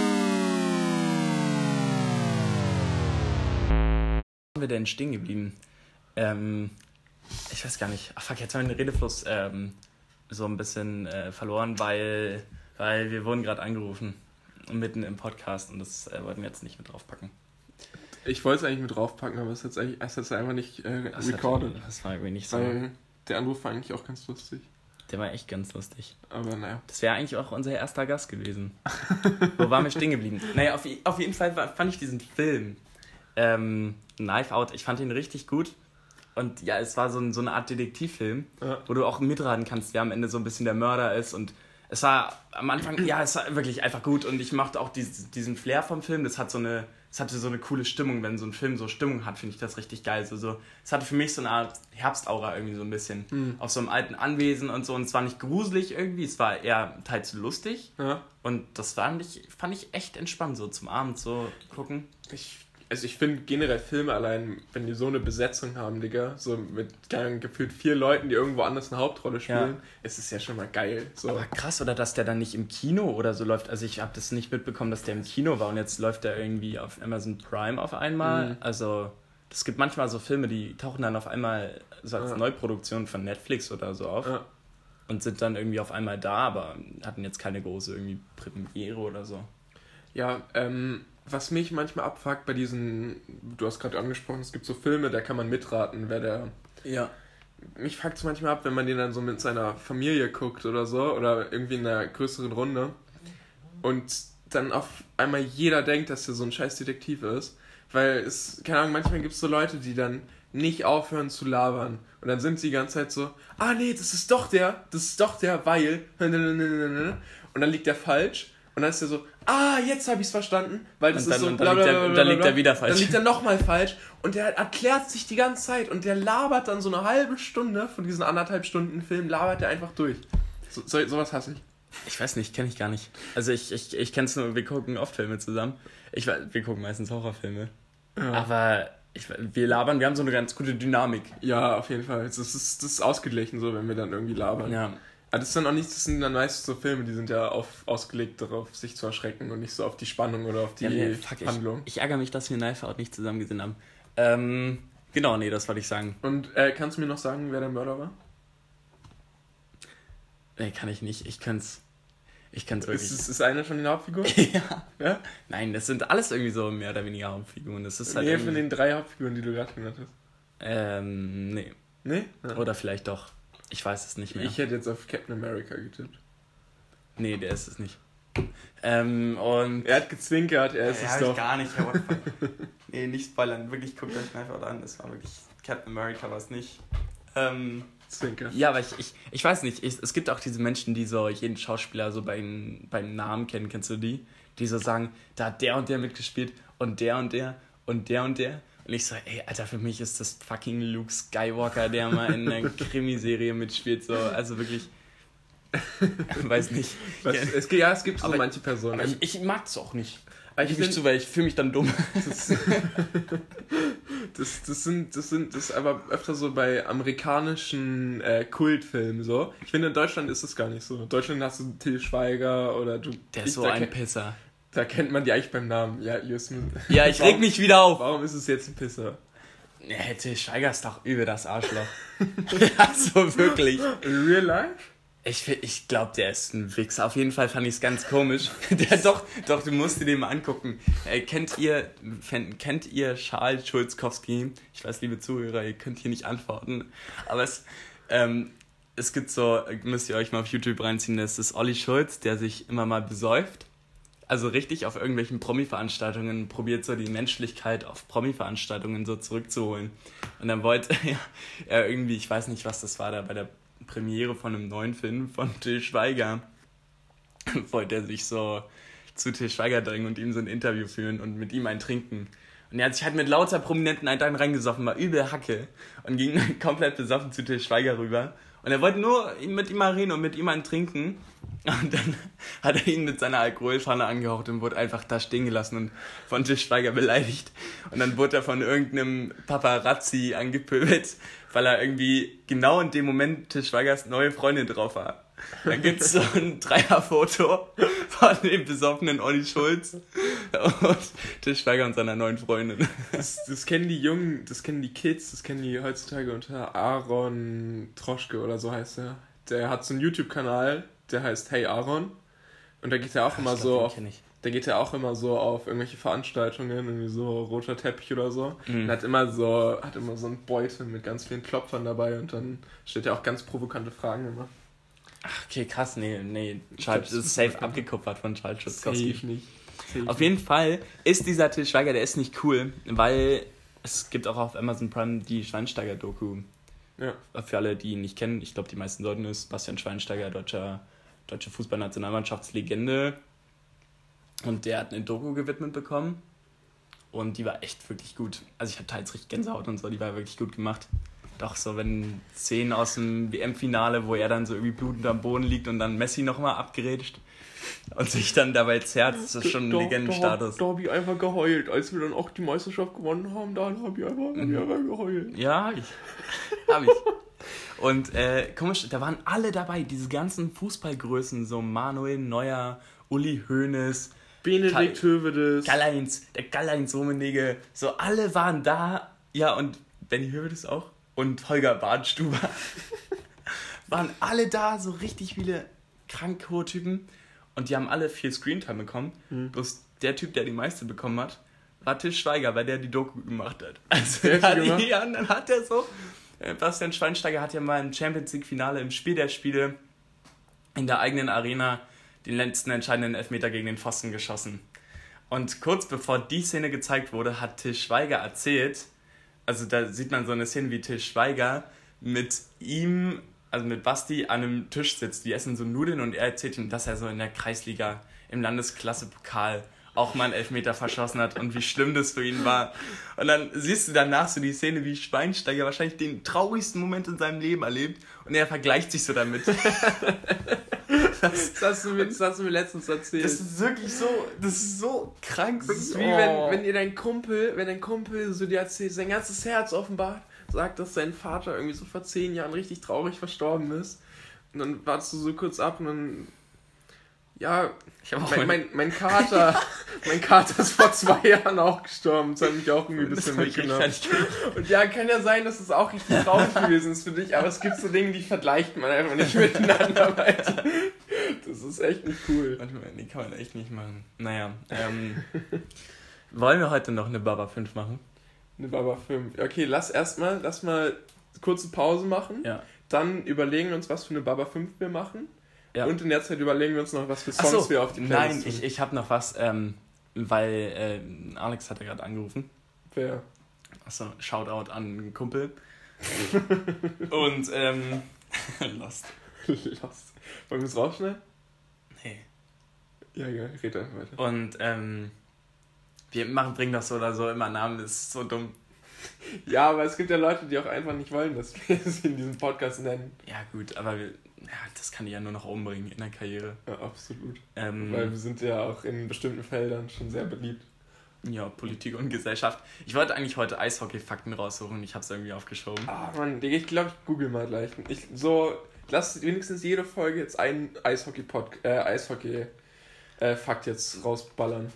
Wo sind wir denn stehen geblieben? Ich weiß gar nicht. Jetzt haben wir den Redefluss so ein bisschen verloren, weil wir wurden gerade angerufen. Mitten im Podcast und das wollten wir jetzt nicht mit draufpacken. Ich wollte es eigentlich mit draufpacken, aber es ist jetzt einfach nicht recorded. Das war irgendwie nicht so. Weil der Anruf war eigentlich auch ganz lustig. Der war echt ganz lustig. Aber naja. Das wäre eigentlich auch unser erster Gast gewesen. Wo waren wir stehen geblieben? Naja, auf jeden Fall fand ich diesen Film Knife Out, ich fand ihn richtig gut. Und ja, es war so eine Art Detektivfilm, wo du auch mitraten kannst, wer am Ende so ein bisschen der Mörder ist. Und es war am Anfang, es war wirklich einfach gut. Und ich mochte auch diesen Flair vom Film. Es hatte so eine coole Stimmung. Wenn so ein Film so Stimmung hat, finde ich das richtig geil. Es hatte für mich so eine Art Herbstaura irgendwie so ein bisschen. Auf so einem alten Anwesen und so. Und es war nicht gruselig irgendwie, es war eher teils lustig. Ja. Und das fand ich echt entspannt, so zum Abend so gucken. Ich finde generell Filme allein, wenn die so eine Besetzung haben, Digga, so mit gefühlt 4 Leuten, die irgendwo anders eine Hauptrolle spielen, ist es ja schon mal geil. So. Aber krass, oder dass der dann nicht im Kino oder so läuft. Also ich habe das nicht mitbekommen, dass der im Kino war und jetzt läuft der irgendwie auf Amazon Prime auf einmal. Also es gibt manchmal so Filme, die tauchen dann auf einmal so als Neuproduktion von Netflix oder so auf und sind dann irgendwie auf einmal da, aber hatten jetzt keine große irgendwie Premiere oder so. Ja, was mich manchmal abfuckt bei diesen, du hast gerade angesprochen, es gibt so Filme, da kann man mitraten, wer der... Ja. Mich fuckt es manchmal ab, wenn man den dann so mit seiner Familie guckt oder so, oder irgendwie in einer größeren Runde und dann auf einmal jeder denkt, dass der so ein scheiß Detektiv ist, weil keine Ahnung, manchmal gibt es so Leute, die dann nicht aufhören zu labern und dann sind sie die ganze Zeit so, nee, das ist doch der, weil... Und dann liegt der falsch. Und Und dann ist er so, jetzt habe ich es verstanden, weil das und dann, ist so, dann liegt er wieder falsch. Dann liegt er nochmal falsch und der erklärt sich die ganze Zeit und der labert dann so eine halbe Stunde von diesen 1,5 Stunden Film, labert er einfach durch. Sowas hasse ich. Ich weiß nicht, kenne ich gar nicht. Also ich kenne es nur, wir gucken oft Filme zusammen. Wir gucken meistens Horrorfilme. Ja. Aber wir labern, wir haben so eine ganz gute Dynamik. Ja, auf jeden Fall. Das ist ausgeglichen so, wenn wir dann irgendwie labern. Ja. Aber das ist dann auch nicht, das sind dann meistens so Filme, die sind ja ausgelegt darauf, sich zu erschrecken und nicht so auf die Spannung oder auf die Handlung. Ich ärgere mich, dass wir Knife Out nicht zusammen gesehen haben. Genau, nee, das wollte ich sagen. Und kannst du mir noch sagen, wer der Mörder war? Nee, kann ich nicht. Ich kann's wirklich. Ist einer von den Hauptfiguren? Ja. Nein, das sind alles irgendwie so mehr oder weniger Hauptfiguren. Das ist halt von den 3 Hauptfiguren, die du gerade genannt hast. Nee. Nee? Ja. Oder vielleicht doch. Ich weiß es nicht mehr. Ich hätte jetzt auf Captain America getippt. Nee, der ist es nicht. Und er hat gezwinkert, er ist es doch. Gar nicht. Nee, nicht spoilern. Wirklich, guckt euch einfach an. Es war wirklich Captain America, war es nicht. Zwinker. Ja, aber ich weiß nicht. Es gibt auch diese Menschen, die so jeden Schauspieler so beim Namen kennen. Kennst du die? Die so sagen, da hat der und der mitgespielt und der und der und der und der. Und ich so, ey, Alter, für mich ist das fucking Luke Skywalker, der mal in einer Krimiserie mitspielt. So, also wirklich, weiß nicht. Es gibt so manche Personen. Aber ich mag das auch nicht. Weil ich fühle mich dann dumm. Das ist aber öfter so bei amerikanischen Kultfilmen so. Ich finde, in Deutschland ist das gar nicht so. In Deutschland hast du Til Schweiger oder du... Der ist so ein Pisser. Da kennt man die eigentlich beim Namen. Ja, ja, ich reg mich wieder auf. Warum ist es jetzt ein Pisser? Ja, Til Schweiger ist doch übel das Arschloch. Also wirklich. In real life? Ich glaube, der ist ein Wichser. Auf jeden Fall fand ich es ganz komisch. Doch, du musst dir den mal angucken. Kennt ihr Charles Schulzkowski? Ich weiß, liebe Zuhörer, ihr könnt hier nicht antworten. Aber es gibt so, müsst ihr euch mal auf YouTube reinziehen, das ist Olli Schulz, der sich immer mal besäuft. Also richtig auf irgendwelchen Promi-Veranstaltungen probiert so die Menschlichkeit auf Promi-Veranstaltungen so zurückzuholen. Und dann wollte er irgendwie, ich weiß nicht, was das war, da bei der Premiere von einem neuen Film von Til Schweiger, wollte er sich so zu Til Schweiger drängen und ihm so ein Interview führen und mit ihm ein trinken. Und er hat sich halt mit lauter Prominenten einen reingesoffen, war übel Hacke und ging dann komplett besoffen zu Til Schweiger rüber. Und er wollte nur mit ihm mal reden und mit ihm einen trinken. Und dann hat er ihn mit seiner Alkoholpfanne angehaucht und wurde einfach da stehen gelassen und von Til Schweiger beleidigt. Und dann wurde er von irgendeinem Paparazzi angepöbelt, weil er irgendwie genau in dem Moment Til Schweigers neue Freundin drauf war. Dann gibt es so ein Dreierfoto von dem besoffenen Olli Schulz und Til Schweiger und seiner neuen Freundin. Das kennen die Jungen, das kennen die Kids, das kennen die heutzutage unter Aaron Troschke oder so heißt er. Der hat so einen YouTube-Kanal, der heißt Hey Aaron. Und da geht er auch immer so auf... Der geht ja auch immer so auf irgendwelche Veranstaltungen, irgendwie so roter Teppich oder so. Und hat immer so einen Beutel mit ganz vielen Klopfern dabei und dann stellt er auch ganz provokante Fragen immer. Ach, okay, krass, nee. Charles ist safe abgekupfert von Charles Schulzkowski. Safe nicht. Auf jeden Fall ist dieser Til Schweiger, der ist nicht cool, weil es gibt auch auf Amazon Prime die Schweinsteiger-Doku. Ja. Für alle, die ihn nicht kennen, ich glaube, die meisten sollten es. Bastian Schweinsteiger, deutsche Fußballnationalmannschaftslegende. Und der hat eine Doku gewidmet bekommen. Und die war echt wirklich gut. Also ich habe teils richtig Gänsehaut und so, die war wirklich gut gemacht. Doch, so wenn Szenen aus dem WM-Finale, wo er dann so irgendwie blutend am Boden liegt und dann Messi nochmal abgerätscht und sich dann dabei zerrt, das ist schon ein Legendenstatus. Da habe ich einfach geheult. Als wir dann auch die Meisterschaft gewonnen haben, da habe ich einfach geheult. Ja, hab ich. Und komisch, da waren alle dabei, diese ganzen Fußballgrößen, so Manuel Neuer, Uli Hoeneß, Benedikt Hövedes, der Karl-Heinz Rummenigge, so alle waren da. Ja, und Benny Hövedes auch. Und Holger Badstuber. Waren alle da, so richtig viele krank hohe Typen. Und die haben alle viel Screentime bekommen. Bloß der Typ, der die meiste bekommen hat, war Til Schweiger, weil der die Doku gemacht hat. Also ja, und dann hat er so... Bastian Schweinsteiger hat ja mal im Champions League Finale im Spiel der Spiele in der eigenen Arena den letzten entscheidenden Elfmeter gegen den Pfosten geschossen. Und kurz bevor die Szene gezeigt wurde, hat Til Schweiger erzählt, also da sieht man so eine Szene, wie Til Schweiger mit ihm, also mit Basti, an einem Tisch sitzt. Die essen so Nudeln und er erzählt ihm, dass er so in der Kreisliga im Landesklasse-Pokal auch mal einen Elfmeter verschossen hat und wie schlimm das für ihn war. Und dann siehst du danach so die Szene, wie Schweinsteiger wahrscheinlich den traurigsten Moment in seinem Leben erlebt und er vergleicht sich so damit. Das hast du mir letztens erzählt. Das ist wirklich so, das ist so krank. Das ist wie wenn dein Kumpel so dir erzählt, sein ganzes Herz offenbart, sagt, dass sein Vater irgendwie so vor 10 Jahren richtig traurig verstorben ist. Und dann wartest du so kurz ab und dann, ja, mein Kater ist vor 2 Jahren auch gestorben. Das hat mich auch irgendwie ein bisschen mitgenommen. Und ja, kann ja sein, dass es auch richtig traurig gewesen ist für dich, aber es gibt so Dinge, die vergleicht man einfach nicht miteinander. Das ist echt nicht cool. Warte mal, die kann man echt nicht machen. Naja, wollen wir heute noch eine Baba 5 machen? Eine Baba 5. Okay, lass mal kurze Pause machen. Ja. Dann überlegen wir uns, was für eine Baba 5 wir machen. Ja. Und in der Zeit überlegen wir uns noch, was für Songs wir auf die Playlist tun. Nein, ich habe noch was, weil Alex hat ja gerade angerufen. Wer? Achso, Shoutout an einen Kumpel. Und, Lost. Wollen wir es rausschneiden? Nee. Ja, red einfach weiter. Und, wir bringen das so oder so immer Namen, das ist so dumm. Ja, aber es gibt ja Leute, die auch einfach nicht wollen, dass wir sie in diesem Podcast nennen. Ja gut, aber das kann die ja nur noch umbringen in der Karriere. Ja, absolut. Weil wir sind ja auch in bestimmten Feldern schon sehr beliebt. Ja, Politik und Gesellschaft. Ich wollte eigentlich heute Eishockey-Fakten raussuchen, ich habe es irgendwie aufgeschoben. Ah Mann, ich glaube, ich google mal gleich. Lass wenigstens jede Folge jetzt einen Eishockey-Fakt jetzt rausballern.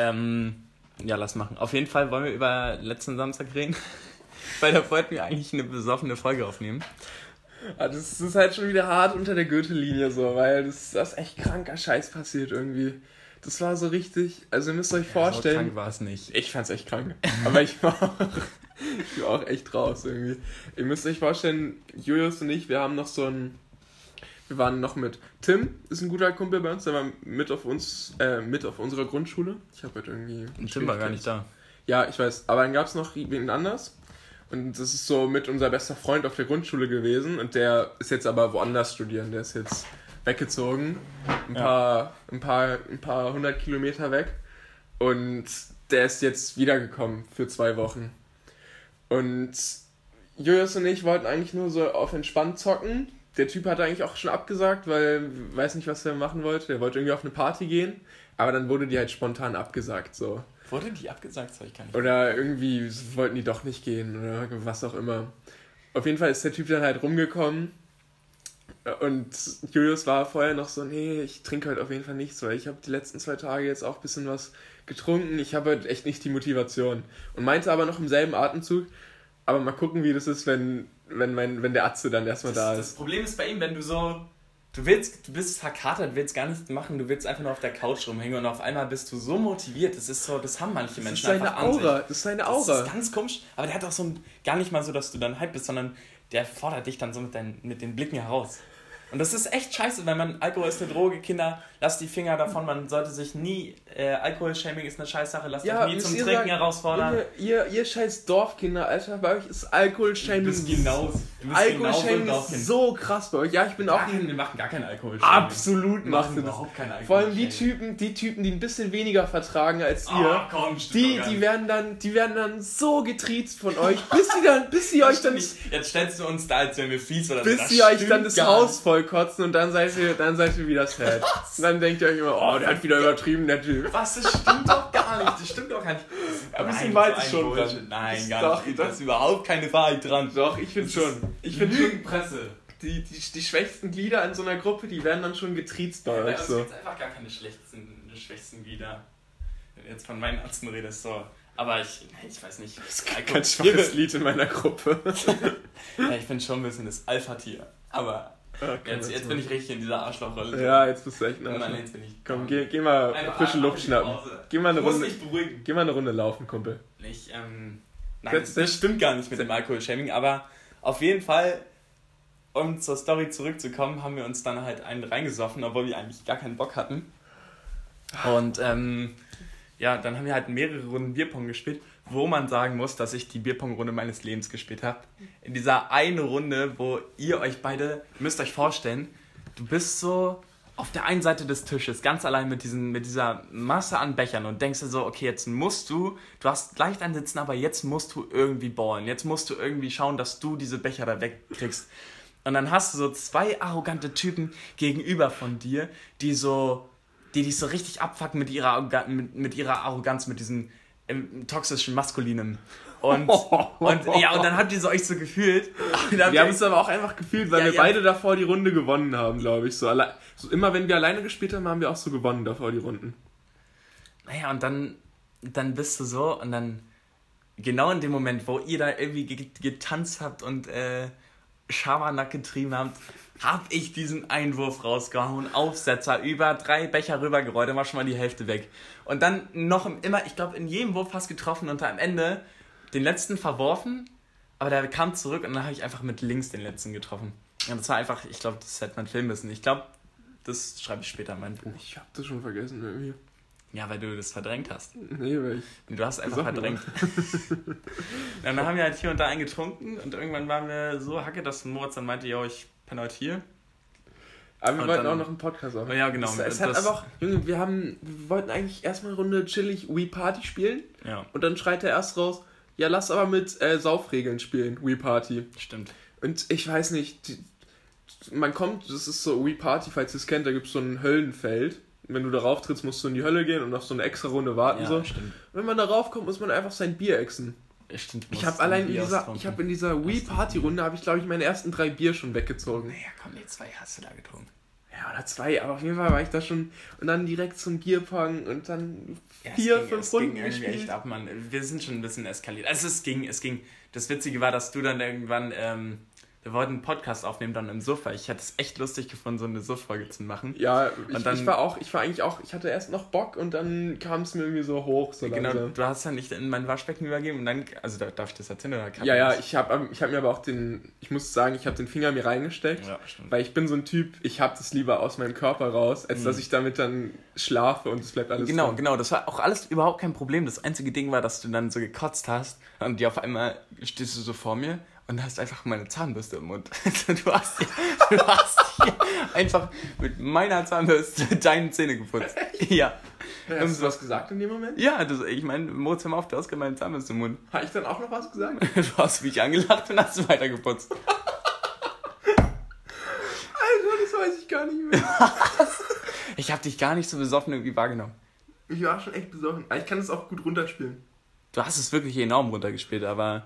Ja, lass machen. Auf jeden Fall wollen wir über letzten Samstag reden, weil da wollten wir eigentlich eine besoffene Folge aufnehmen. Das ist halt schon wieder hart unter der Gürtellinie so, weil das ist echt kranker Scheiß passiert irgendwie. Das war so richtig, also ihr müsst euch vorstellen... So krank war es nicht. Ich fand's echt krank, aber ich war auch echt raus irgendwie. Ihr müsst euch vorstellen, Julius und ich, wir waren noch mit Tim, ist ein guter Kumpel bei uns, der war mit auf unserer Grundschule. Ich habe halt irgendwie... Und Tim war gar nicht da. Ja, ich weiß, aber dann gab's noch wen anders. Und das ist so mit unser bester Freund auf der Grundschule gewesen und der ist jetzt aber woanders studieren, der ist jetzt weggezogen, ein paar 100 Kilometer weg und der ist jetzt wiedergekommen für 2 Wochen. Und Julius und ich wollten eigentlich nur so auf entspannt zocken. Der Typ hat eigentlich auch schon abgesagt, weil weiß nicht, was er machen wollte. Der wollte irgendwie auf eine Party gehen, aber dann wurde die halt spontan abgesagt so. Wurde die abgesagt? Das habe ich gar nicht. Oder irgendwie wollten die doch nicht gehen oder was auch immer. Auf jeden Fall ist der Typ dann halt rumgekommen und Julius war vorher noch so, nee, ich trinke heute auf jeden Fall nichts, weil ich habe die letzten 2 Tage jetzt auch ein bisschen was getrunken. Ich habe halt echt nicht die Motivation. Und meinte aber noch im selben Atemzug, aber mal gucken, wie das ist, wenn der Atze dann erstmal da ist. Das Problem ist bei ihm, wenn du bist verkatert, du willst gar nichts machen, du willst einfach nur auf der Couch rumhängen und auf einmal bist du so motiviert. Das ist so, das haben manche Menschen einfach an sich. Das ist seine Aura. Das ist ganz komisch, aber der hat auch so gar nicht mal so, dass du dann hype bist, sondern der fordert dich dann so mit den Blicken heraus. Und das ist echt scheiße, wenn Alkohol ist eine Droge, Kinder, lasst die Finger davon, man sollte sich nie, Alkohol-Shaming ist eine Scheißsache, lasst euch nie zum Trinken herausfordern. Ihr scheiß Dorfkinder, Alter, bei euch ist Alkohol-Shaming ist so krass bei euch. Ja, ich bin auch... Wir machen gar keinen Alkohol-Shaming. Absolut machen wir überhaupt keinen Alkohol. Vor allem die Typen, die ein bisschen weniger vertragen als ihr, die werden dann so getriezt von euch, bis sie euch dann... Jetzt stellst du uns da, als wären wir fies oder bis sie euch dann das Haus voll kotzen und dann seid ihr wieder sad. Und dann denkt ihr euch immer, oh, der hat wieder übertrieben, der Typ. Was, das stimmt doch gar nicht. Das stimmt doch gar nicht. Ein bisschen weit ist schon dran. Nein, gar nicht. Da ist überhaupt keine Wahrheit dran. Doch, ich finde schon. Ich finde schon Presse. Die schwächsten Glieder in so einer Gruppe, die werden dann schon getriezt bei euch. Es gibt einfach gar keine schwächsten Glieder. Wenn du jetzt von meinen Ärzten redest, so. Aber ich weiß nicht. Das ist kein schwaches Lied in meiner Gruppe. Ja, ich bin schon ein bisschen das Alpha-Tier. Aber... Jetzt bin ich richtig in dieser Arschlochrolle. Ja, jetzt bist du echt ein Arschloch. Nein, jetzt bin ich... Komm, geh mal frische Luft schnappen. Geh mal eine Runde laufen, Kumpel. Nein, das stimmt gar nicht mit dem Alkohol-Shaming, aber auf jeden Fall, um zur Story zurückzukommen, haben wir uns dann halt einen reingesoffen, obwohl wir eigentlich gar keinen Bock hatten. Und dann haben wir halt mehrere Runden Bierpong gespielt, wo man sagen muss, dass ich die Bierpong-Runde meines Lebens gespielt habe. In dieser einen Runde, wo ihr euch beide, müsst euch vorstellen, du bist so auf der einen Seite des Tisches, ganz allein mit dieser Masse an Bechern und denkst dir so, okay, jetzt du hast leicht ein Sitzen, aber jetzt musst du irgendwie ballen. Jetzt musst du irgendwie schauen, dass du diese Becher da wegkriegst. Und dann hast du so 2 arrogante Typen gegenüber von dir, die dich so richtig abfucken mit ihrer Arroganz, mit diesem toxischen Maskulinen. Und dann habt ihr so euch so gefühlt. Wir haben es aber auch einfach gefühlt, weil wir beide davor die Runde gewonnen haben, glaube ich. So immer wenn wir alleine gespielt haben, haben wir auch so gewonnen davor die Runden. Naja, und dann bist du so und dann genau in dem Moment, wo ihr da irgendwie getanzt habt und Schabernack getrieben habt, hab ich diesen Einwurf rausgehauen, Aufsetzer, über 3 Becher rübergerollt, dann war schon mal die Hälfte weg. Und dann noch ich glaube in jedem Wurf fast getroffen und am Ende den letzten verworfen, aber der kam zurück und dann habe ich einfach mit links den letzten getroffen. Und das war einfach, ich glaube, das hätte man filmen müssen. Ich glaube, das schreibe ich später in mein Buch. Ich habe das schon vergessen irgendwie. Ja, weil du das verdrängt hast. Nee, weil du hast einfach verdrängt. Dann haben wir halt hier und da einen getrunken und irgendwann waren wir so hacke, dass Moritz dann meinte, yo, ich penne heute hier. Aber wir wollten auch noch einen Podcast aufnehmen. Ja, genau. Es hat einfach, Junge, wir wollten eigentlich erstmal eine Runde chillig Wii Party spielen. Ja. Und dann schreit er erst raus, ja, lass aber mit Saufregeln spielen, Wii Party. Stimmt. Und ich weiß nicht, das ist so Wii Party, falls ihr es kennt, da gibt es so ein Höllenfeld. Wenn du darauf trittst, musst du in die Hölle gehen und noch so eine extra Runde warten. Ja, so. Stimmt. Wenn man darauf kommt, muss man einfach sein Bier exen. Stimmt. Ich habe in dieser Wii Party Runde, habe ich glaube ich meine ersten 3 Bier schon weggezogen. Naja, komm, die 2 hast du da getrunken. Ja, oder 2, aber auf jeden Fall war ich da schon. Und dann direkt zum Bierpong und dann 4, 5 Runden gespielt. Echt ab, Mann. Wir sind schon ein bisschen eskaliert. Also es ging. Das Witzige war, dass du dann irgendwann, wir wollten einen Podcast aufnehmen dann im Sofa. Ich hätte es echt lustig gefunden, so eine Suff-Folge zu machen. Ja, ich hatte erst noch Bock und dann kam es mir irgendwie so hoch. So genau, langsam. du hast ja nicht in mein Waschbecken übergeben und dann, also darf ich das erzählen oder kann Ja, ich hab mir aber auch ich muss sagen, ich habe den Finger mir reingesteckt, ja, stimmt. weil ich bin so ein Typ, ich habe das lieber aus meinem Körper raus, als dass ich damit dann schlafe und es bleibt alles drin. Genau, das war auch alles überhaupt kein Problem. Das einzige Ding war, dass du dann so gekotzt hast und auf einmal stehst du so vor mir und hast einfach meine Zahnbürste im Mund. Du hast hier einfach mit meiner Zahnbürste deine Zähne geputzt. Ja. Hast du was gesagt in dem Moment? Ja, ich meine, Moritz, hör mal auf, du hast gerade meine Zahnbürste im Mund. Habe ich dann auch noch was gesagt? Du hast mich angelacht und hast weiter geputzt. Alter, das weiß ich gar nicht mehr. Ich habe dich gar nicht so besoffen irgendwie wahrgenommen. Ich war schon echt besoffen. Ich kann das auch gut runterspielen. Du hast es wirklich enorm runtergespielt, aber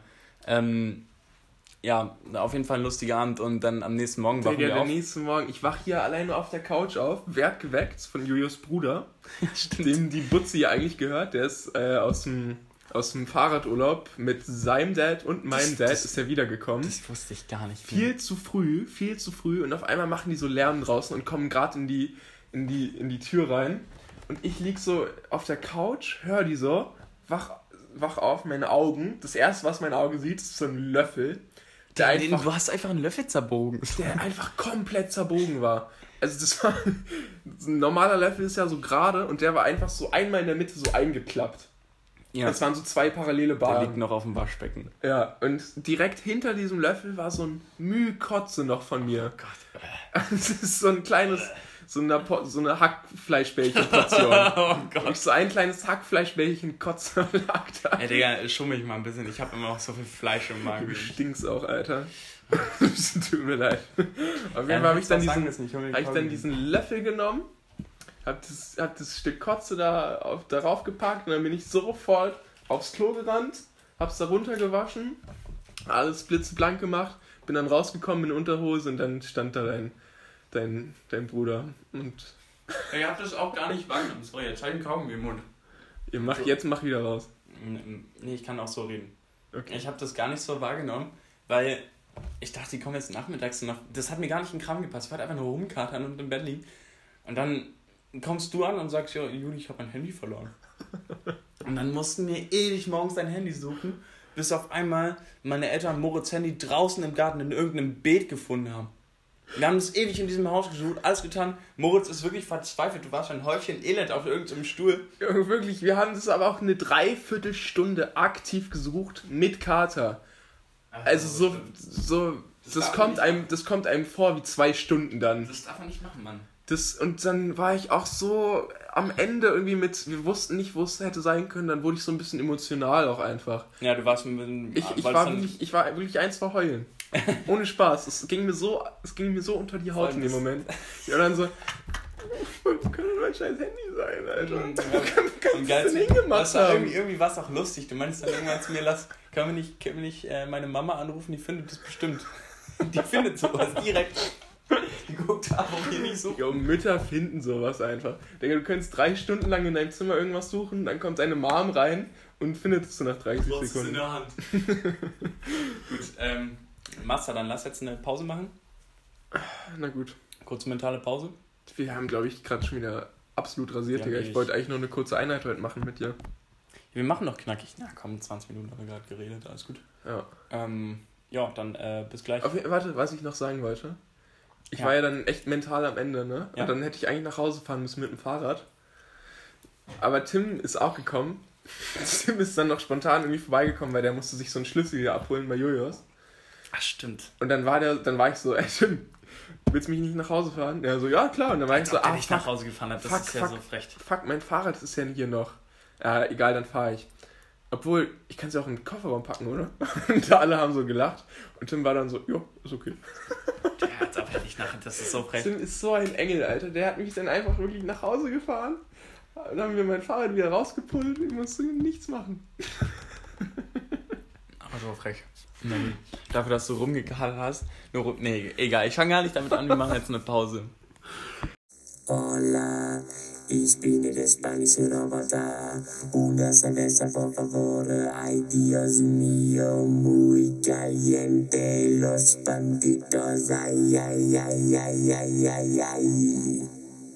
ja, auf jeden Fall ein lustiger Abend und dann am nächsten Morgen wachen wir auf. Nächsten Morgen, ich wach hier alleine auf der Couch auf, werd geweckt von Julius Bruder, dem die Butzi eigentlich gehört. Der ist aus dem Fahrradurlaub mit seinem Dad und meinem Dad ist er wiedergekommen. Das wusste ich gar nicht. Viel zu früh und auf einmal machen die so Lärm draußen und kommen gerade in die Tür rein. Und ich lieg so auf der Couch, hör die so, wach auf, meine Augen. Das erste, was mein Auge sieht, ist so ein Löffel. Du hast einfach einen Löffel zerbogen. Der einfach komplett zerbogen war. Also das war... Ein normaler Löffel ist ja so gerade und der war einfach so einmal in der Mitte so eingeklappt. Ja. Das waren so 2 parallele Bahnen. Der liegt noch auf dem Waschbecken. Ja, und direkt hinter diesem Löffel war so ein Mühkotze noch von mir. Oh Gott. Das ist so ein kleines... So eine Hackfleischbällchen-Portion. Oh Gott. So ein kleines Hackfleischbällchen Kotze lag da. Ey, Digga, schummel ich mal ein bisschen. Ich habe immer noch so viel Fleisch im Magen. Du stinkst auch, Alter. Tut mir leid. Auf jeden Fall habe ich dann diesen Löffel genommen, hab das Stück Kotze darauf gepackt und dann bin ich sofort aufs Klo gerannt, hab's da runtergewaschen, alles blitzblank gemacht, bin dann rausgekommen in Unterhose und dann stand da dein Bruder und... Ich hab das auch gar nicht wahrgenommen. Sorry, jetzt habe ich einen Kaugummi im Mund. Mach wieder raus. Nee, ich kann auch so reden. Okay. Ich habe das gar nicht so wahrgenommen, weil ich dachte, die kommen jetzt nachmittags noch. Das hat mir gar nicht in den Kram gepasst. Ich wollte einfach nur rumkatern und im Bett liegen. Und dann kommst du an und sagst, ja, Juli, ich habe mein Handy verloren. Und dann mussten wir ewig morgens dein Handy suchen, bis auf einmal meine Eltern Moritz' Handy draußen im Garten in irgendeinem Beet gefunden haben. Wir haben es ewig in diesem Haus gesucht, alles getan. Moritz ist wirklich verzweifelt. Du warst ein Häufchen Elend auf irgendeinem Stuhl. Ja, wirklich, wir haben das aber auch eine Dreiviertelstunde aktiv gesucht mit Kater. Also das kommt einem vor wie 2 Stunden dann. Das darf man nicht machen, Mann. Und dann war ich auch so am Ende irgendwie wir wussten nicht, wo es hätte sein können, dann wurde ich so ein bisschen emotional auch einfach. Ja, du warst mit dem... Ich war wirklich eins vor Heulen. Ohne Spaß. Es ging mir so unter die Haut in dem Moment. Ja, und dann so, wo kann denn mein scheiß Handy sein, Alter? Wo kann ich das denn hingemacht haben? Irgendwie war es auch lustig. Du meinst dann irgendwann zu mir, können wir nicht meine Mama anrufen, die findet das bestimmt. Die findet sowas direkt. Die guckt ab, ob hier nicht suchen. Jo, Mütter finden sowas einfach. Digga, du könntest 3 Stunden lang in deinem Zimmer irgendwas suchen, dann kommt deine Mom rein und findet es nach 30 Sekunden. Es in der Hand. Gut, Master, dann lass jetzt eine Pause machen. Na gut. Kurze mentale Pause. Wir haben, glaube ich, gerade schon wieder absolut rasiert, Digga. Ich wollte eigentlich nur eine kurze Einheit heute machen mit dir. Wir machen noch knackig. Na komm, 20 Minuten haben wir gerade geredet, alles gut. Ja. Ja, dann bis gleich. Warte, was ich noch sagen wollte. Ich war ja dann echt mental am Ende, ne? Ja. Und dann hätte ich eigentlich nach Hause fahren müssen mit dem Fahrrad. Aber Tim ist auch gekommen. Tim ist dann noch spontan irgendwie vorbeigekommen, weil der musste sich so einen Schlüssel hier abholen bei Julius. Ach, stimmt. Und dann war ich so, ey Tim, willst du mich nicht nach Hause fahren? Ja, so, ja klar. Und dann war ich so, wenn ich nach Hause gefahren habe, das ist ja so frech. Fuck, mein Fahrrad ist ja hier noch. Ja, egal, dann fahre ich. Obwohl, ich kann es ja auch in den Kofferraum packen, oder? Und alle haben so gelacht. Und Tim war dann so, jo, ist okay. Der hat's aber nicht nachher, das ist so frech. Tim ist so ein Engel, Alter. Der hat mich dann einfach wirklich nach Hause gefahren. Dann haben wir mein Fahrrad wieder rausgepullt. Ich musste nichts machen. Aber so frech. Nein. Dafür, dass du rumgekarrt hast. Nee, egal. Ich fange gar nicht damit an. Wir machen jetzt eine Pause. Hola, ich bin der spanische Roboter. Una cerveza, por favor. Ay, Dios mío, muy caliente. Los bandidos, ay, ay, ay, ay, ay, ay, ay.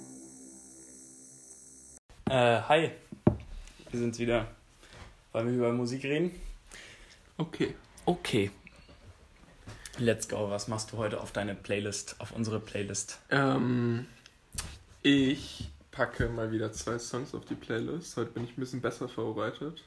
Hi. Wir sind's wieder. Wollen wir über Musik reden? Okay. Let's go. Was machst du heute auf deine Playlist, auf unsere Playlist? Ich packe mal wieder 2 Songs auf die Playlist. Heute bin ich ein bisschen besser vorbereitet.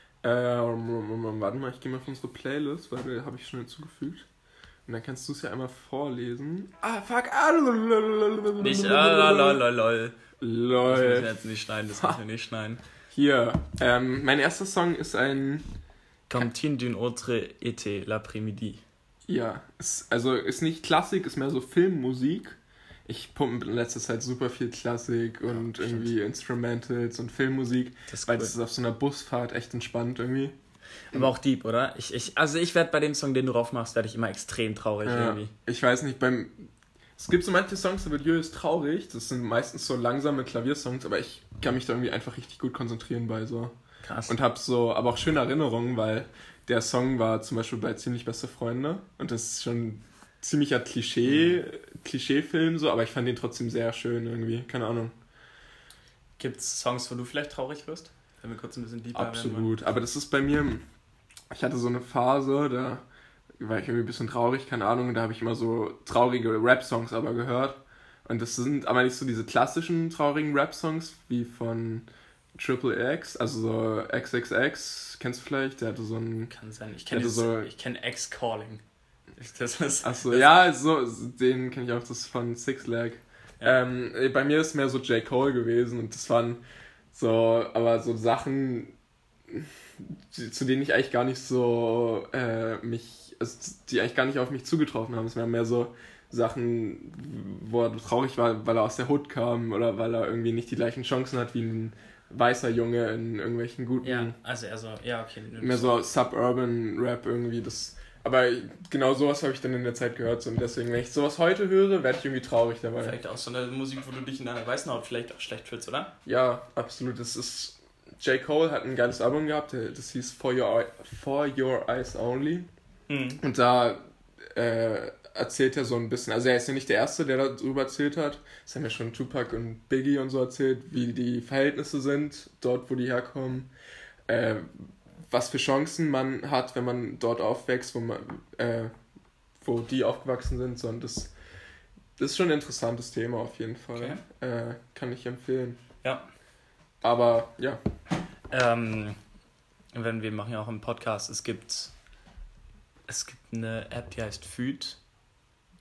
Warte mal, ich gehe mal auf unsere Playlist, weil da habe ich schon hinzugefügt. Und dann kannst du es ja einmal vorlesen. Ah, fuck. Nicht, lol. Lol. Das müssen wir jetzt nicht schneiden. Hier, mein erster Song ist ein... Cantine d'une autre été, l'après-midi. Ja, ist nicht Klassik, ist mehr so Filmmusik. Ich pumpe in letzter Zeit super viel Klassik und irgendwie Instrumentals und Filmmusik, weil das ist auf so einer Busfahrt echt entspannt irgendwie. Aber auch deep, oder? Ich werde bei dem Song, den du drauf machst, werde ich immer extrem traurig irgendwie. Ich weiß nicht, es gibt so manche Songs, da wird Julius traurig. Das sind meistens so langsame Klaviersongs, aber ich kann mich da irgendwie einfach richtig gut konzentrieren bei so. Krass. Und habe so, aber auch schöne Erinnerungen, weil der Song war zum Beispiel bei Ziemlich beste Freunde und das ist schon ziemlicher Klischeefilm so, aber ich fand den trotzdem sehr schön irgendwie, keine Ahnung. Gibt's Songs, wo du vielleicht traurig wirst? Wenn wir kurz ein bisschen deeper werden. Absolut, aber das ist bei mir, ich hatte so eine Phase, da war ich irgendwie ein bisschen traurig, keine Ahnung, da habe ich immer so traurige Rap-Songs aber gehört und das sind aber nicht so diese klassischen traurigen Rap-Songs wie von Triple X, also so XXX, kennst du vielleicht? Der hatte so einen... Kann sein, ich kenne X-Calling. Achso, ja, so, den kenne ich auch, das ist von Six Lag. Ja. Bei mir ist mehr so J. Cole gewesen und das waren so, aber so Sachen, zu denen ich eigentlich gar nicht so die eigentlich gar nicht auf mich zugetroffen haben. Es waren mehr so Sachen, wo er traurig war, weil er aus der Hood kam oder weil er irgendwie nicht die gleichen Chancen hat wie ein weißer Junge in irgendwelchen guten... Ja, okay. Mehr so Suburban Rap irgendwie, aber genau sowas habe ich dann in der Zeit gehört und deswegen, wenn ich sowas heute höre, werde ich irgendwie traurig dabei. Vielleicht auch so eine Musik, wo du dich in deiner weißen Haut vielleicht auch schlecht fühlst, oder? Ja, absolut. J. Cole hat ein geiles Album gehabt, das hieß For Your Eyes Only. Mhm. Und da erzählt er so ein bisschen, also er ist ja nicht der Erste, der darüber erzählt hat. Das haben ja schon Tupac und Biggie und so erzählt, wie die Verhältnisse sind, dort wo die herkommen. Was für Chancen man hat, wenn man dort aufwächst, wo die aufgewachsen sind. Und das ist schon ein interessantes Thema auf jeden Fall. Okay. Kann ich empfehlen. Ja. Aber, ja. Wir machen ja auch einen Podcast, es gibt eine App, die heißt Food.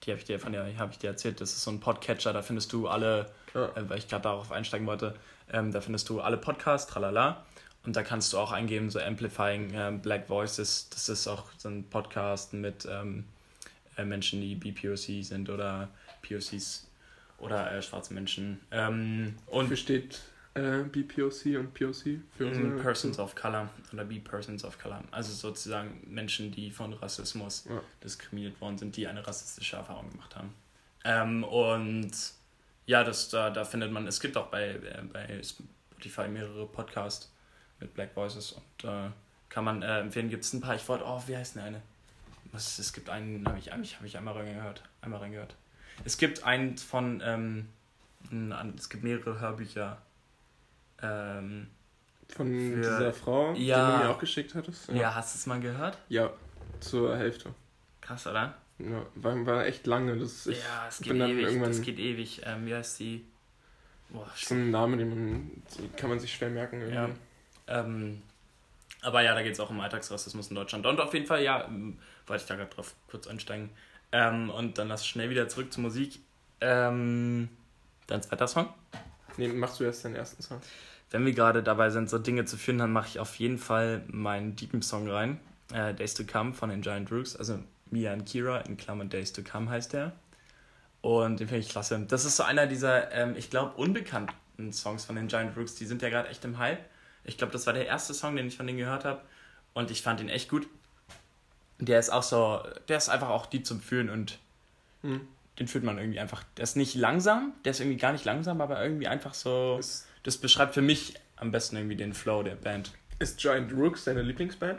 habe ich dir erzählt, das ist so ein Podcatcher, da findest du alle, weil ich gerade darauf einsteigen wollte, da findest du alle Podcasts, tralala. Und da kannst du auch eingeben, so Amplifying Black Voices. Das ist auch so ein Podcast mit Menschen, die BPOC sind oder POCs oder schwarze Menschen. Wofür steht BPOC und POC? Für unsere Persons of Color oder Persons of Color. Also sozusagen Menschen, die von Rassismus diskriminiert worden sind, die eine rassistische Erfahrung gemacht haben. Und ja, da findet man, es gibt auch bei Spotify mehrere Podcasts mit Black Voices und kann man empfehlen, gibt es ein paar, wie heißt denn eine? Es gibt einen, habe ich einmal reingehört. Es gibt einen von, es gibt mehrere Hörbücher. Von dieser Frau, die du mir auch geschickt hattest? Ja, hast du es mal gehört? Ja, zur Hälfte. Krass, oder? Ja, war echt lange. Es geht ewig. Wie heißt die? Boah, so ein Name, den kann man sich schwer merken. Irgendwie. Ja. Aber ja, da geht es auch um Alltagsrassismus in Deutschland. Und auf jeden Fall, wollte ich da gerade drauf kurz einsteigen. Und dann lass schnell wieder zurück zur Musik. Dein zweiter Song? Nee, machst du erst deinen ersten Song? Wenn wir gerade dabei sind, so Dinge zu führen, dann mache ich auf jeden Fall meinen Deepen-Song rein. Days to Come von den Giant Rooks. Also Mia und Kira, in Klammern Days to Come heißt der. Und den finde ich klasse. Das ist so einer dieser, ich glaube, unbekannten Songs von den Giant Rooks. Die sind ja gerade echt im Hype. Ich glaube, das war der erste Song, den ich von denen gehört habe. Und ich fand ihn echt gut. Der ist einfach auch deep zum Fühlen und den fühlt man irgendwie einfach. Der ist nicht langsam, der ist irgendwie gar nicht langsam, aber irgendwie einfach so. Das beschreibt für mich am besten irgendwie den Flow der Band. Ist Giant Rooks deine Lieblingsband?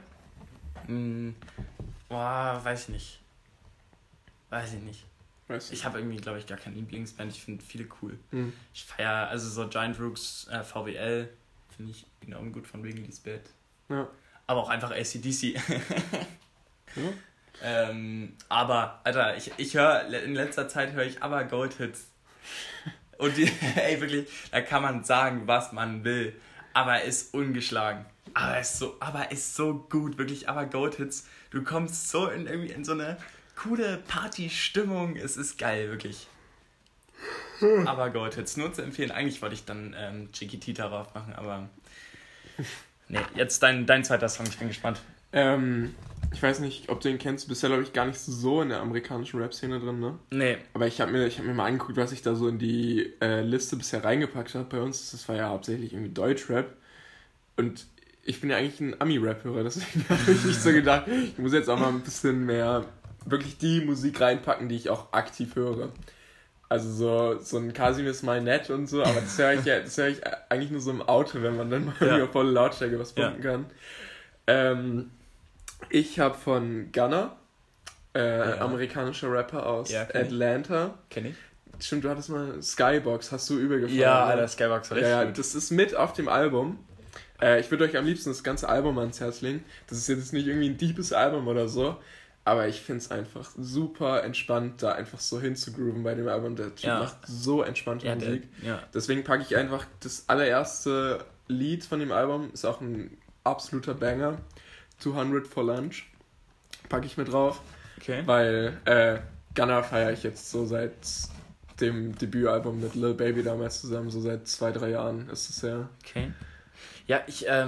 Weiß ich nicht. Weißt du? Ich habe irgendwie, glaube ich, gar keine Lieblingsband. Ich finde viele cool. Ich feiere, also so Giant Rooks, VWL, finde ich enorm gut von Wrigley's Bed. Ja. Aber auch einfach AC/DC. Ja. Aber, Alter, ich höre, in letzter Zeit höre ich aber Gold-Hits. Und wirklich, da kann man sagen, was man will. Aber er ist ungeschlagen. Aber er ist so gut, wirklich, aber Gold-Hits. Du kommst so in so eine coole Party-Stimmung. Es ist geil, wirklich. Aber Gold-Hits, nur zu empfehlen. Eigentlich wollte ich dann Chiquitita drauf machen, aber... Nee, jetzt dein zweiter Song, ich bin gespannt. Ich weiß nicht, ob du den kennst. Bisher, glaube ich, gar nicht so in der amerikanischen Rap-Szene drin, ne? Nee. Aber ich hab mir mal angeguckt, was ich da so in die Liste bisher reingepackt habe bei uns. Das war ja hauptsächlich irgendwie Deutschrap. Und ich bin ja eigentlich ein Ami-Rap-Hörer, deswegen habe ich nicht so gedacht, ich muss jetzt auch mal ein bisschen mehr wirklich die Musik reinpacken, die ich auch aktiv höre. Also so ein Kasim ist mal nett und so, aber das höre ich eigentlich nur so im Auto, wenn man dann mal auf volle Lautstärke was pumpen kann. Ich habe von Gunna, amerikanischer Rapper aus Atlanta. Kenn ich. Stimmt, du hattest mal Skybox, hast du übergefahren. Ja, Alter, Skybox war richtig gut. Das ist mit auf dem Album. Ich würde euch am liebsten das ganze Album ans Herz legen. Das ist jetzt nicht irgendwie ein deepes Album oder so, aber ich finde es einfach super entspannt, da einfach so hinzugrooven bei dem Album. Der Typ macht so entspannte Musik. Deswegen packe ich einfach das allererste Lied von dem Album, ist auch ein absoluter Banger. 200 for Lunch packe ich mit drauf, weil Gunna feiere ich jetzt so seit dem Debütalbum mit Lil Baby damals zusammen, so seit 2-3 Jahren ist es ja. Okay. Ja,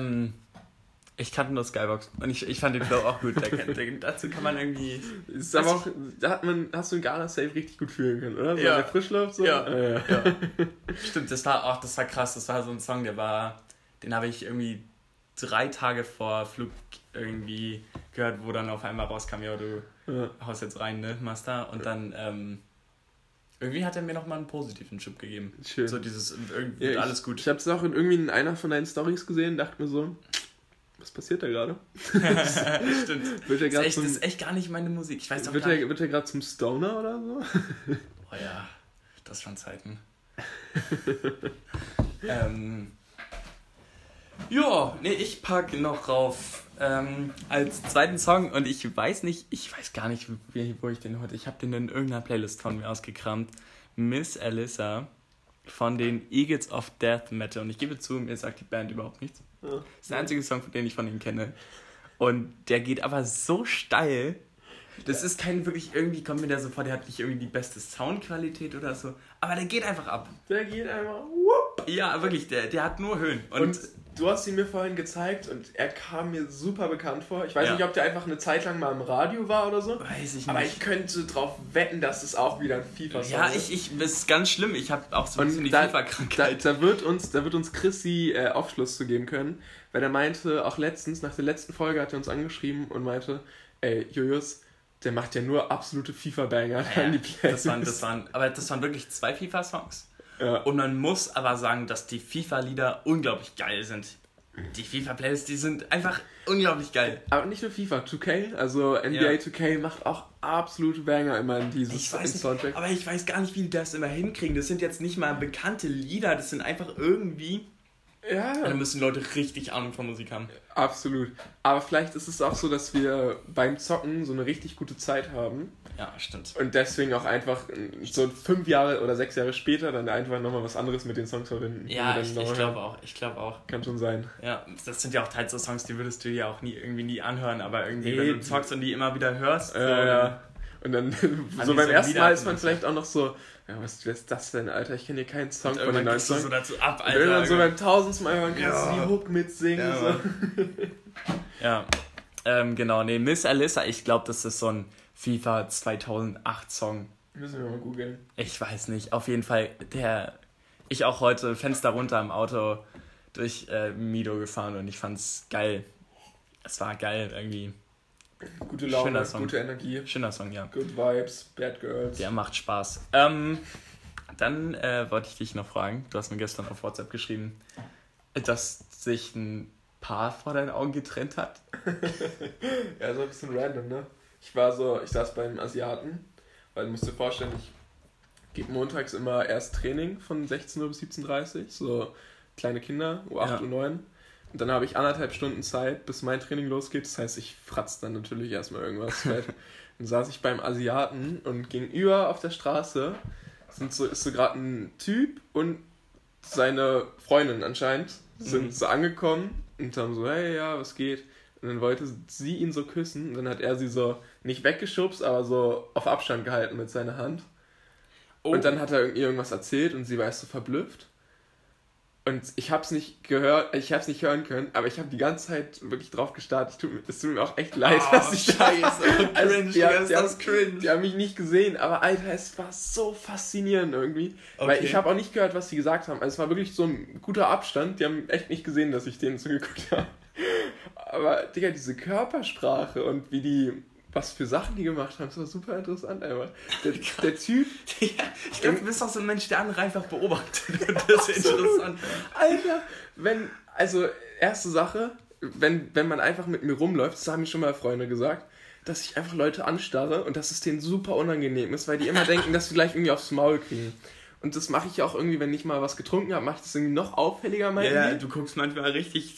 ich kannte nur Skybox und ich fand den Flow auch gut. Dazu kann man irgendwie... Ist aber auch, hast du in Ghana Safe richtig gut fühlen können, oder? So ja. Der Frischluft so? Ja. Stimmt, das war krass. Das war so ein Song, den habe ich irgendwie 3 Tage vor Flug irgendwie gehört, wo dann auf einmal rauskam, du haust jetzt rein, ne, Master. Und dann, irgendwie hat er mir nochmal einen positiven Chip gegeben. Schön. So dieses, irgendwie alles gut. Ich habe es auch in einer von deinen Storys gesehen, dachte mir so, was passiert da gerade? Stimmt. Das ist echt gar nicht meine Musik. Ich weiß auch wird er gerade zum Stoner oder so? Oh ja, das waren Zeiten. Ich packe noch rauf als zweiten Song und ich weiß gar nicht, wo ich den heute... Ich habe den in irgendeiner Playlist von mir ausgekramt. Miss Alyssa von den Eagles of Death Metal. Und ich gebe zu, mir sagt die Band überhaupt nichts. Ja. Das ist der einzige Song, den ich von ihnen kenne. Und der geht aber so steil. Das ist kein wirklich, irgendwie kommt mir der so vor, der hat nicht irgendwie die beste Soundqualität oder so. Aber der geht einfach ab. Der geht einfach, whoop. Ja, wirklich, der hat nur Höhen. Und du hast ihn mir vorhin gezeigt und er kam mir super bekannt vor. Ich weiß nicht, ob der einfach eine Zeit lang mal im Radio war oder so. Weiß ich nicht. Aber ich könnte drauf wetten, dass es auch wieder ein FIFA-Song ja, ist. das ist ganz schlimm. Ich habe auch so ein bisschen die FIFA-Krankheit. Da wird uns Chrissy Aufschluss zu geben können, weil er meinte, auch letztens, nach der letzten Folge hat er uns angeschrieben und meinte, ey, Julius, der macht ja nur absolute FIFA-Banger an die Playlist. Das waren wirklich 2 FIFA-Songs. Ja. Und man muss aber sagen, dass die FIFA-Lieder unglaublich geil sind. Die FIFA-Playlists, die sind einfach unglaublich geil. Aber nicht nur FIFA, 2K, also NBA 2K macht auch absolute Banger immer in dieses Soundtrack. Aber ich weiß gar nicht, wie die das immer hinkriegen. Das sind jetzt nicht mal bekannte Lieder, das sind einfach irgendwie... Ja. Da müssen Leute richtig Ahnung von Musik haben. Absolut. Aber vielleicht ist es auch so, dass wir beim Zocken so eine richtig gute Zeit haben. Ja, stimmt. Und deswegen auch einfach so 5 Jahre oder 6 Jahre später dann einfach nochmal was anderes mit den Songs verbinden. Ja, ich glaube auch. Kann schon sein. Ja, das sind ja auch teils so Songs, die würdest du ja auch nie anhören, aber irgendwie, wenn du zockst und die immer wieder hörst. Ja. Und dann so beim ersten Mal ist man vielleicht auch noch so, ja, was ist das denn, Alter? Ich kenne hier keinen Song von den neuen Songs. So dazu ab, Alter. Und wenn man so beim 1000. Mal hören kannst du die Hook mitsingen. Ja, so. Genau, nee, Miss Alyssa, ich glaube, das ist so ein FIFA 2008 Song. Müssen wir mal googeln. Ich weiß nicht, auf jeden Fall, ich auch heute Fenster runter im Auto durch Mido gefahren und ich fand's geil. Es war geil irgendwie. Gute Laune, gute Energie. Schöner Song, ja. Good Vibes, Bad Girls. Der macht Spaß. Dann wollte ich dich noch fragen, du hast mir gestern auf WhatsApp geschrieben, dass sich ein Paar vor deinen Augen getrennt hat. Ja, so ein bisschen random, ne? Ich saß beim Asiaten, weil du musst dir vorstellen, ich gebe montags immer erst Training von 16 Uhr bis 17.30 Uhr, so kleine Kinder, U8, U9. Und dann habe ich 1,5 Stunden Zeit, bis mein Training losgeht. Das heißt, ich fratze dann natürlich erstmal irgendwas. Dann saß ich beim Asiaten und gegenüber auf der Straße ist so gerade ein Typ und seine Freundin anscheinend sind so angekommen und haben so, hey, ja, was geht? Und dann wollte sie ihn so küssen und dann hat er sie so nicht weggeschubst, aber so auf Abstand gehalten mit seiner Hand. Oh. Und dann hat er ihr irgendwas erzählt und sie war erst so verblüfft. Und ich hab's nicht hören können, aber ich habe die ganze Zeit wirklich drauf gestarrt. Es tut mir auch echt leid, dass ich Scheiße, cringe, die haben mich nicht gesehen, aber Alter, es war so faszinierend irgendwie. Okay. Weil ich habe auch nicht gehört, was sie gesagt haben. Also es war wirklich so ein guter Abstand. Die haben echt nicht gesehen, dass ich denen zugeguckt habe. Aber, Digga, diese Körpersprache und was für Sachen die gemacht haben, das war super interessant einfach. Der Typ... Ja, ich glaube, du bist auch so ein Mensch, der andere einfach beobachtet. Das ist interessant. Alter, erste Sache, wenn man einfach mit mir rumläuft, das haben mir schon mal Freunde gesagt, dass ich einfach Leute anstarre und dass es denen super unangenehm ist, weil die immer denken, dass sie gleich irgendwie aufs Maul kriegen. Und das mache ich auch irgendwie, wenn ich mal was getrunken habe, mache ich das irgendwie noch auffälliger. Ja, du guckst ja manchmal richtig,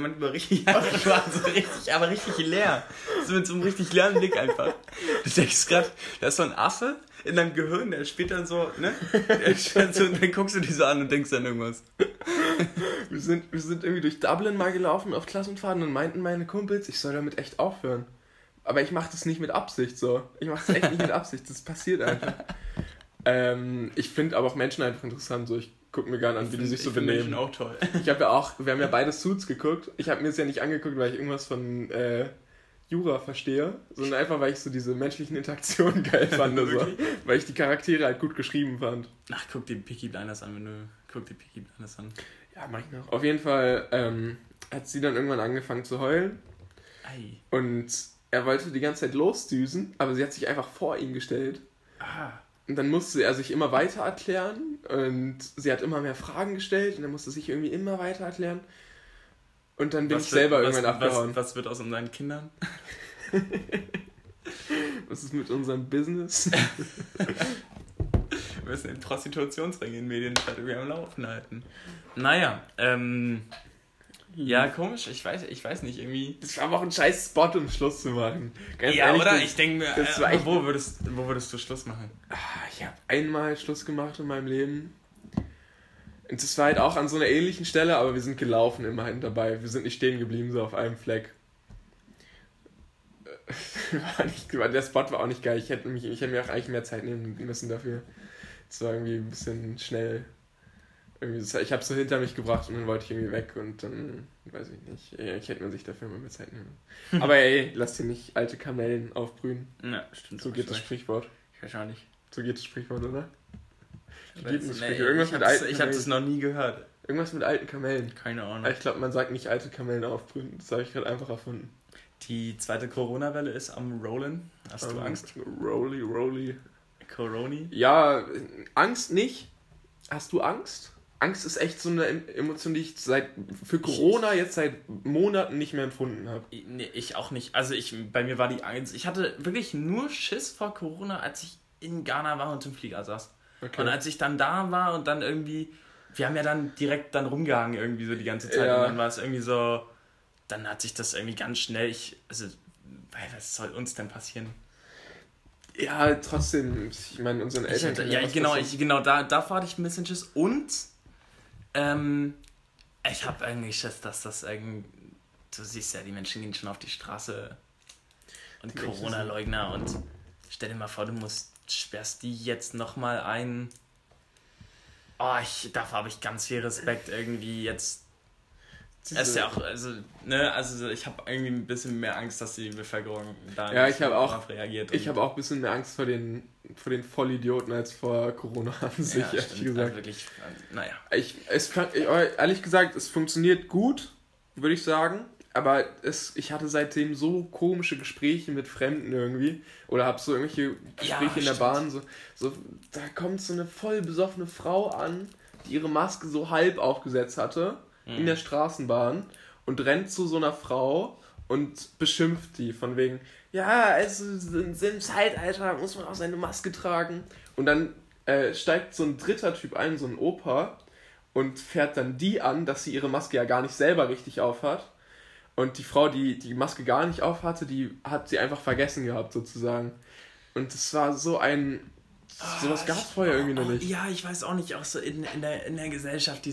aber richtig leer. So mit so einem richtig leeren Blick einfach. Du denkst gerade, da ist so ein Affe in deinem Gehirn, der spielt dann so, ne? Und dann guckst du die so an und denkst dann irgendwas. Wir sind irgendwie durch Dublin mal gelaufen auf Klassenfahrten und meinten meine Kumpels, ich soll damit echt aufhören. Aber ich mache das nicht mit Absicht so. Ich mache das echt nicht mit Absicht, das passiert einfach. Ich finde aber auch Menschen einfach interessant, so ich gucke mir gerne an, wie die sich so benehmen. Menschen auch toll. Wir haben ja beide Suits geguckt. Ich habe mir das ja nicht angeguckt, weil ich irgendwas von Jura verstehe, sondern einfach, weil ich so diese menschlichen Interaktionen geil fand, so, weil ich die Charaktere halt gut geschrieben fand. Ach, guck die Peaky Blinders an, Ja, mach ich noch. Auf jeden Fall hat sie dann irgendwann angefangen zu heulen. Ei. Und er wollte die ganze Zeit losdüsen, aber sie hat sich einfach vor ihn gestellt. Ah. Und dann musste er sich immer weiter erklären und sie hat immer mehr Fragen gestellt und er musste sich irgendwie immer weiter erklären. Und dann bin ich selber irgendwann abgehauen. Was wird aus unseren Kindern? Was ist mit unserem Business? Wir müssen den Prostitutionsring in Medienstrategie am Laufen halten. Naja, ja, komisch, ich weiß nicht, irgendwie... Das war aber auch ein scheiß Spot, um Schluss zu machen. Ganz ja, ehrlich, oder? Ich denke mir, wo würdest du Schluss machen? Ich habe einmal Schluss gemacht in meinem Leben. Und das war halt auch an so einer ähnlichen Stelle, aber wir sind gelaufen immerhin dabei. Wir sind nicht stehen geblieben, so auf einem Fleck. Der Spot war auch nicht geil. Ich hätte mir auch eigentlich mehr Zeit nehmen müssen dafür. Es war irgendwie ein bisschen schnell. Ich habe es so hinter mich gebracht und dann wollte ich irgendwie weg und dann, weiß ich nicht, ich hätte mir sich dafür mal mehr Zeit nehmen. Aber ey, lass dir nicht alte Kamellen aufbrühen. Ja, stimmt. So geht das Sprichwort. Wahrscheinlich. So geht das Sprichwort, oder? Ich habe das noch nie gehört. Irgendwas mit alten Kamellen. Keine Ahnung. Ich glaube, man sagt nicht alte Kamellen aufbrühen. Das habe ich gerade einfach erfunden. Die zweite Corona-Welle ist am Rollen. Hast du Angst? Rolly. Coroni? Ja, Angst nicht. Hast du Angst? Angst ist echt so eine Emotion, die ich für Corona jetzt seit Monaten nicht mehr empfunden habe. Nee, ich auch nicht. Also bei mir war die Angst. Ich hatte wirklich nur Schiss vor Corona, als ich in Ghana war und im Flieger saß. Okay. Und als ich dann da war und dann irgendwie, wir haben ja dann direkt dann rumgehangen irgendwie so die ganze Zeit. Ja. Und dann war es irgendwie so, dann hat sich das irgendwie ganz schnell, was soll uns denn passieren? Ja, trotzdem, ich meine, unseren Eltern... Davor hatte ich ein bisschen Schiss und ich habe irgendwie Schiss, dass das irgendwie, du siehst ja, die Menschen gehen schon auf die Straße und Corona-Leugner und stell dir mal vor, sperrst die jetzt nochmal ein. Davor habe ich ganz viel Respekt irgendwie jetzt. Es ist ja auch, ich habe irgendwie ein bisschen mehr Angst, dass die Bevölkerung da darauf reagiert. Ich habe auch ein bisschen mehr Angst vor den Vollidioten als vor Corona an sich, ehrlich gesagt. Also wirklich, naja. Ehrlich gesagt, es funktioniert gut, würde ich sagen, aber ich hatte seitdem so komische Gespräche mit Fremden irgendwie, oder habe so irgendwelche Gespräche in der Bahn, so da kommt so eine voll besoffene Frau an, die ihre Maske so halb aufgesetzt hatte, in der Straßenbahn und rennt zu so einer Frau und beschimpft die von wegen, ja, also im Zeitalter muss man auch seine Maske tragen. Und dann steigt so ein dritter Typ ein, so ein Opa, und fährt dann die an, dass sie ihre Maske ja gar nicht selber richtig aufhat. Und die Frau, die die Maske gar nicht aufhatte, die hat sie einfach vergessen gehabt, sozusagen. Und es war so sowas gab es vorher irgendwie noch nicht. Ja, ich weiß auch nicht, auch so in der Gesellschaft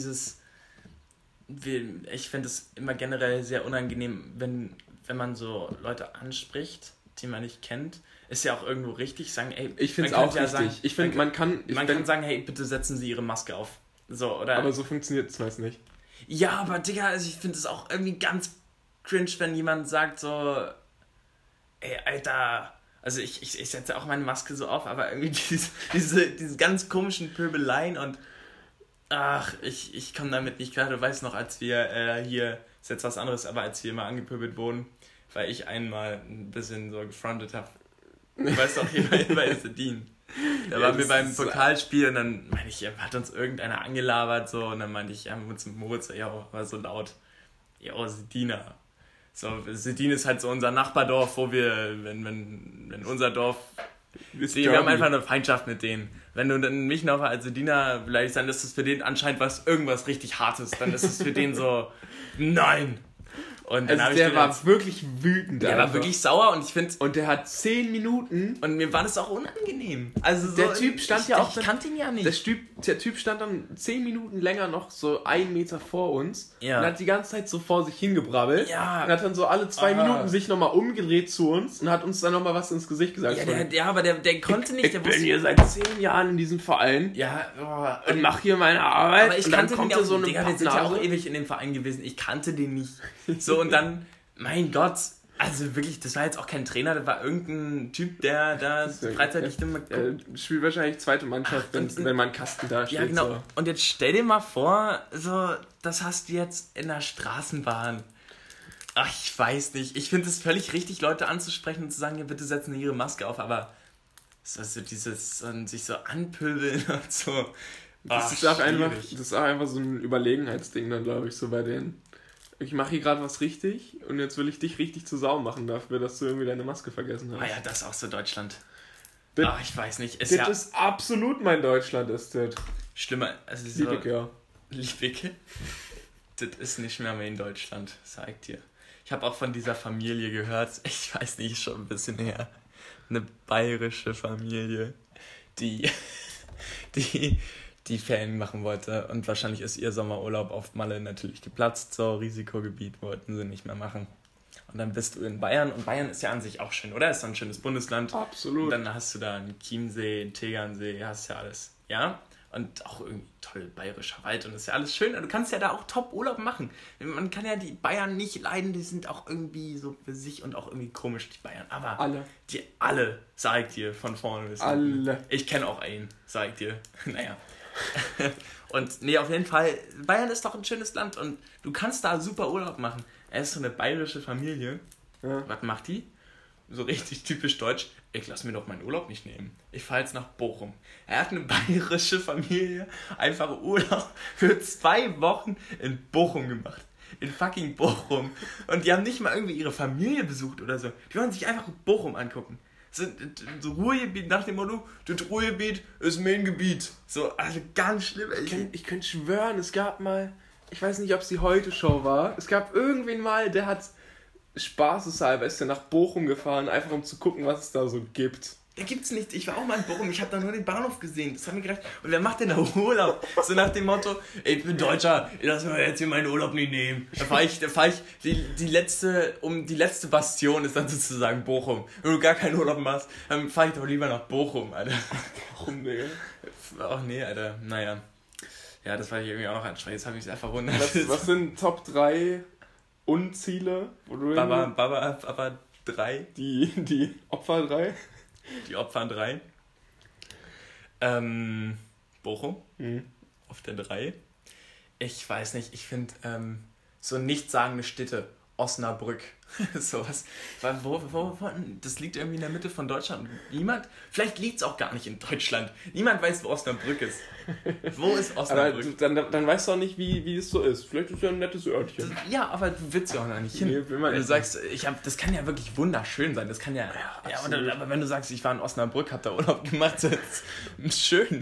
ich finde es immer generell sehr unangenehm, wenn man so Leute anspricht, die man nicht kennt. Ist ja auch irgendwo richtig, sagen, ey, ich finde es auch richtig. Sagen, ich finde, man kann sagen, hey, bitte setzen Sie Ihre Maske auf. So, oder? Aber so funktioniert es meist nicht. Ja, aber Digga, also ich finde es auch irgendwie ganz cringe, wenn jemand sagt so, ey, Alter, also ich setze auch meine Maske so auf, aber irgendwie diese ganz komischen Pöbeleien und ich komme damit nicht klar. Du weißt noch, als wir hier, ist jetzt was anderes, aber als wir mal angepöbelt wurden, weil ich einmal ein bisschen so gefrontet habe. Du weißt auch, hier bei Sedin. Da waren wir beim Pokalspiel und dann meinte ich, hat uns irgendeiner angelabert so und dann meinte ich, mit Moritz, war so laut, Sedina. So, Sedin ist halt so unser Nachbardorf, wo wir, wenn unser Dorf, wir haben einfach eine Feindschaft mit denen. Wenn du dann mich noch als Sedina beleidigst, dann ist es für den anscheinend irgendwas richtig Hartes. Dann ist es für den so, nein. Und dann der war wirklich wütend. Der war wirklich sauer und ich finde... Und der hat 10 Minuten... Und mir war das auch unangenehm. Also der Typ stand ich kannte ihn ja nicht. Der Typ stand dann 10 Minuten länger noch so 1 Meter vor uns und hat die ganze Zeit so vor sich hingebrabbelt. Ja. Und hat dann so alle 2 Minuten sich nochmal umgedreht zu uns und hat uns dann nochmal was ins Gesicht gesagt. Aber der konnte nicht. Ich bin hier seit 10 Jahren in diesem Verein. Ja. Und mach hier meine Arbeit. Aber ich kannte den so wir sind ja auch ewig in dem Verein gewesen. Ich kannte den nicht. So, und dann, mein Gott, also wirklich, das war jetzt auch kein Trainer, das war irgendein Typ, der da freizeitig immer spielt wahrscheinlich zweite Mannschaft, wenn man Kasten da steht. Ja, genau. So. Und jetzt stell dir mal vor, so, das hast du jetzt in der Straßenbahn. Ach, ich weiß nicht. Ich finde es völlig richtig, Leute anzusprechen und zu sagen, ja, bitte setzen Sie Ihre Maske auf, aber so dieses sich so anpöbeln und so. Das ist auch einfach so ein Überlegenheitsding dann, glaube ich, so bei denen. Ich mache hier gerade was richtig und jetzt will ich dich richtig zur Sau machen dafür, dass du irgendwie deine Maske vergessen hast. Ah ja, das ist auch so Deutschland. Ich weiß nicht. Das ist absolut mein Deutschland, ist das. Schlimmer. Also Liebeke, ja. Liebeke? Das ist nicht mehr in Deutschland, sag dir. Ich habe auch von dieser Familie gehört, ich weiß nicht, schon ein bisschen her, eine bayerische Familie, die Ferien machen wollte und wahrscheinlich ist ihr Sommerurlaub auf Malle natürlich geplatzt, so Risikogebiet wollten sie nicht mehr machen. Und dann bist du in Bayern und Bayern ist ja an sich auch schön, oder? Ist doch ein schönes Bundesland. Absolut. Und dann hast du da einen Chiemsee, einen Tegernsee, hast ja alles. Ja? Und auch irgendwie toll bayerischer Wald und das ist ja alles schön. Und du kannst ja da auch top Urlaub machen. Man kann ja die Bayern nicht leiden, die sind auch irgendwie so für sich und auch irgendwie komisch, die Bayern. Aber alle, sag ich dir, von vorne bis hinten. Alle. Ich kenne auch einen, sag ich dir. Naja. Und nee, auf jeden Fall, Bayern ist doch ein schönes Land und du kannst da super Urlaub machen. Er ist so eine bayerische Familie. Ja. Was macht die? So richtig typisch deutsch. Ich lass mir doch meinen Urlaub nicht nehmen. Ich fahre jetzt nach Bochum. Er hat eine bayerische Familie, einfach Urlaub für 2 Wochen in Bochum gemacht. In fucking Bochum. Und die haben nicht mal irgendwie ihre Familie besucht oder so. Die wollen sich einfach Bochum angucken. So Ruhrgebiet nach dem Motto, das Ruhrgebiet ist mein Gebiet. So, also ganz schlimm. Ich könnte schwören, es gab mal, ich weiß nicht, ob es die Heute-Show war, es gab irgendwen mal, der hat spaßeshalber ist der nach Bochum gefahren, einfach um zu gucken, was es da so gibt. Da gibt's nichts. Ich war auch mal in Bochum, ich habe da nur den Bahnhof gesehen. Das hat mir gedacht, und wer macht denn da Urlaub? So nach dem Motto, ey, ich bin Deutscher, ich lass mir jetzt hier meinen Urlaub nicht nehmen. Da fahr ich die letzte Bastion ist dann sozusagen Bochum. Wenn du gar keinen Urlaub machst, dann fahr ich doch lieber nach Bochum, Alter. Warum, Digga? Ach nee, Alter, naja. Ja, das war ich irgendwie auch anstrengend, jetzt habe ich es einfach verwundert. Was sind Top 3 Unziele? Baba 3. Die Opfer 3? Die Opfer 3. Bochum. Auf der 3. Ich weiß nicht, ich finde so nichtssagende Städte. Osnabrück. Sowas. Das liegt irgendwie in der Mitte von Deutschland. Vielleicht liegt es auch gar nicht in Deutschland. Niemand weiß, wo Osnabrück ist. Wo ist Osnabrück? Aber dann weißt du auch nicht, wie es so ist. Vielleicht ist ja ein nettes Örtchen. Ja, aber du willst ja auch noch nicht hin. Nee, will man du nicht. sagst, das kann ja wirklich wunderschön sein. Das kann ja aber wenn du sagst, ich war in Osnabrück, hab da Urlaub gemacht, das ist schön.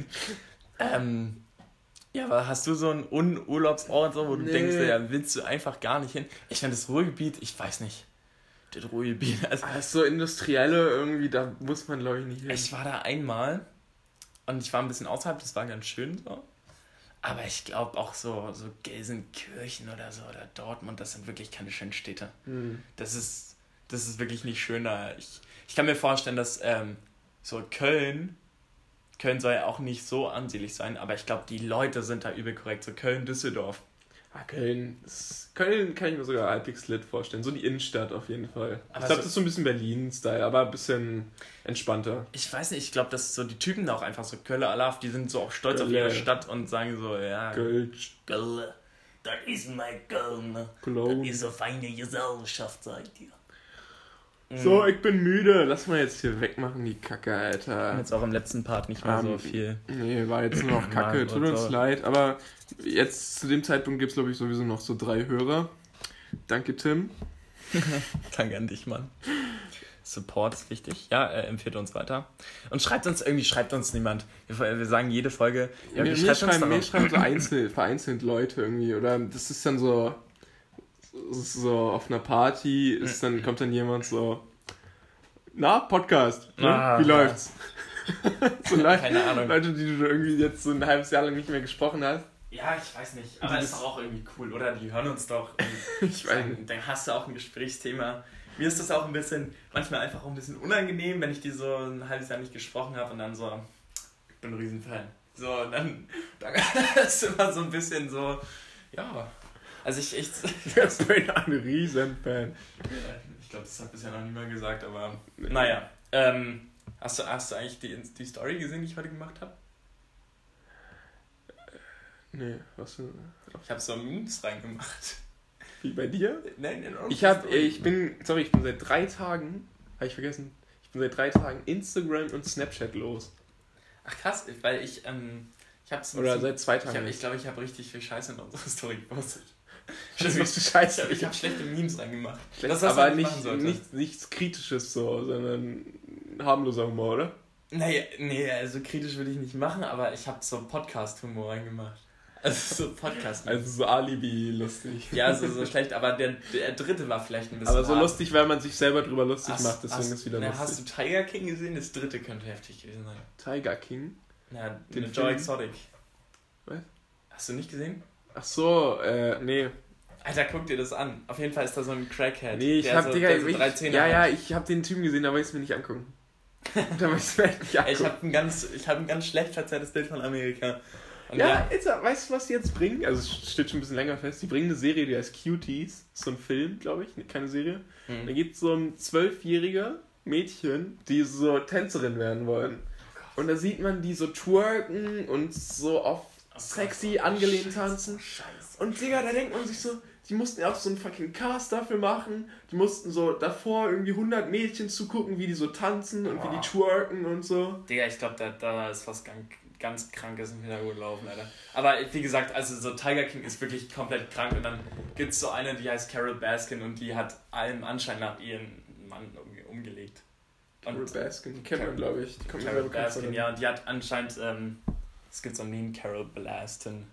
Ja, aber hast du so einen Urlaubsort, so, wo du denkst, ja, willst du einfach gar nicht hin? Ich finde das Ruhrgebiet, ich weiß nicht. Das Ruhrgebiet. Also, das so industrielle irgendwie, da muss man glaube ich nicht hin. Ich war da einmal und ich war ein bisschen außerhalb, das war ganz schön so. Aber ich glaube auch so Gelsenkirchen oder so oder Dortmund, das sind wirklich keine schönen Städte. Das ist wirklich nicht schön da. Ich kann mir vorstellen, dass so Köln soll ja auch nicht so ansehlich sein, aber ich glaube, die Leute sind da übel korrekt. So Köln, Düsseldorf. Köln kann ich mir sogar halbwegs lit vorstellen. So die Innenstadt auf jeden Fall. Aber ich glaube, das ist so ein bisschen Berlin-Style, aber ein bisschen entspannter. Ich weiß nicht, ich glaube, dass so die Typen da auch einfach so Kölle Alaf, die sind so auch stolz auf ihre Stadt und sagen so, ja, Kölsch. Kölle, das ist mein Köln. Cologne. Das ist so feine Gesellschaft, sag ich dir. So, ich bin müde. Lass mal jetzt hier wegmachen, die Kacke, Alter. Jetzt auch im letzten Part nicht mehr so viel. Nee, war jetzt nur noch Kacke. Tut uns leid. Aber jetzt zu dem Zeitpunkt gibt es, glaube ich, sowieso noch so 3 Hörer. Danke, Tim. Danke an dich, Mann. Support ist wichtig. Ja, empfiehlt uns weiter. Und schreibt uns niemand. Wir sagen jede Folge. Ja, mir schreiben so vereinzelt Leute irgendwie. Oder das ist dann so auf einer Party kommt dann jemand so, na, Podcast, ne? Wie läuft's? So keine Ahnung. Leute, die du irgendwie jetzt so ein halbes Jahr lang nicht mehr gesprochen hast. Ja, ich weiß nicht. Aber das ist doch auch irgendwie cool, oder? Die hören uns doch. Ich weiß nicht. Dann hast du auch ein Gesprächsthema. Mir ist das auch manchmal einfach auch ein bisschen unangenehm, wenn ich die so ein halbes Jahr nicht gesprochen habe und dann so, ich bin ein Riesenfan. So, und dann ist immer so ein bisschen so, ja. Also ich bin ein Riesenfan. Ich glaube, das hat bisher noch niemand gesagt, aber naja. Hast du eigentlich die Story gesehen, die ich heute gemacht habe? Nee, was denn? Ich habe so Memes reingemacht. Wie bei dir? Nein, ich bin seit 3 Tagen, habe ich vergessen, seit 3 Tagen Instagram und Snapchat los. Ach krass, weil ich hab's... Oder seit 2 Tagen. Ich glaube, ich habe richtig viel Scheiße in unserer Story gepostet. Scheiße. Ich habe schlechte Memes reingemacht. Aber nichts Kritisches so, sondern harmloser Humor, oder? Nee, also kritisch würde ich nicht machen, aber ich habe so Podcast-Humor reingemacht. Also so Podcast. Also so Alibi-lustig. Ja, so schlecht, aber der dritte war vielleicht ein bisschen aber so hart. Lustig, weil man sich selber drüber lustig macht, deswegen ist es wieder lustig. Hast du Tiger King gesehen? Das dritte könnte heftig gewesen sein. Tiger King? Ja, den Joe Exotic. Was? Hast du nicht gesehen? Ach so, nee. Alter, guck dir das an. Auf jeden Fall ist da so ein Crackhead. Nee, ich der hab, so, Digga, der so 3 Zähne hat. ich hab den Typen gesehen, da wollte ich es mir nicht angucken. Da wollte ich es mir echt nicht angucken. Ich hab ein ganz schlecht verzerrtes Bild von Amerika. Und Ja, jetzt, weißt du, was die jetzt bringen? Also es steht schon ein bisschen länger fest. Die bringen eine Serie, die heißt Cuties. So ein Film, glaube ich, keine Serie. Da gibt es so ein 12-jähriger Mädchen, die so Tänzerin werden wollen. Und da sieht man die so twerken und so auf sexy angelehnt tanzen. Scheiße. Und Digga, da denkt man sich so, die mussten ja auch so einen fucking Cast dafür machen. Die mussten so davor irgendwie 100 Mädchen zugucken, wie die so tanzen und wie die twerken und so. Digga, ich glaube, da ist was ganz Krankes im Hintergrund laufen, Alter. Aber wie gesagt, also so Tiger King ist wirklich komplett krank und dann gibt es so eine, die heißt Carol Baskin und die hat allem Anschein nach ihren Mann umgelegt. Carol Baskin, die kennt man, glaube ich. Die kommt Carol Baskin, ja, und die hat anscheinend, es gibt so ein Meme, Carol Blaston.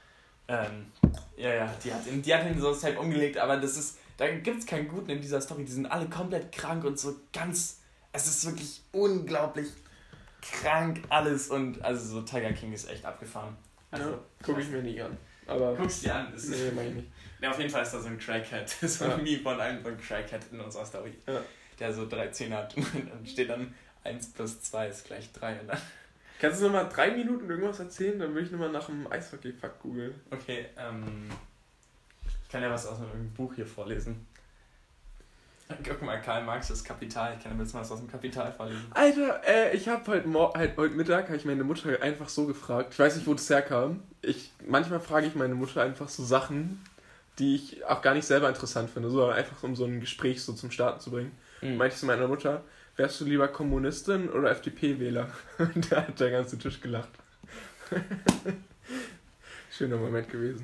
Die hat ihn so safe umgelegt, aber da gibt es keinen Guten in dieser Story, die sind alle komplett krank und so es ist wirklich unglaublich krank alles und also so Tiger King ist echt abgefahren. Also, ja, gucke ich mir nicht an. Aber guck's dir an. Nee, mach ich nicht. Ja, auf jeden Fall ist da so ein Crackhead. So ein Meme von einem von Crackhead in unserer Story. Ja. Der so 3 Zähne hat und dann steht dann 1 + 2 ist gleich 3 und dann... Kannst du nochmal 3 Minuten irgendwas erzählen? Dann will ich nochmal nach einem Eishockey-Fakt googeln. Okay, ich kann ja was aus einem Buch hier vorlesen. Guck mal, Karl Marx, das Kapital. Ich kann ja jetzt mal was aus dem Kapital vorlesen. Alter, ich habe heute Mittag habe ich meine Mutter einfach so gefragt. Ich weiß nicht, wo das herkam. Manchmal frage ich meine Mutter einfach so Sachen, die ich auch gar nicht selber interessant finde, sondern einfach um so ein Gespräch so zum Starten zu bringen. Meinte ich zu meiner Mutter, wärst du lieber Kommunistin oder FDP-Wähler? Und da hat der ganze Tisch gelacht. Schöner Moment gewesen.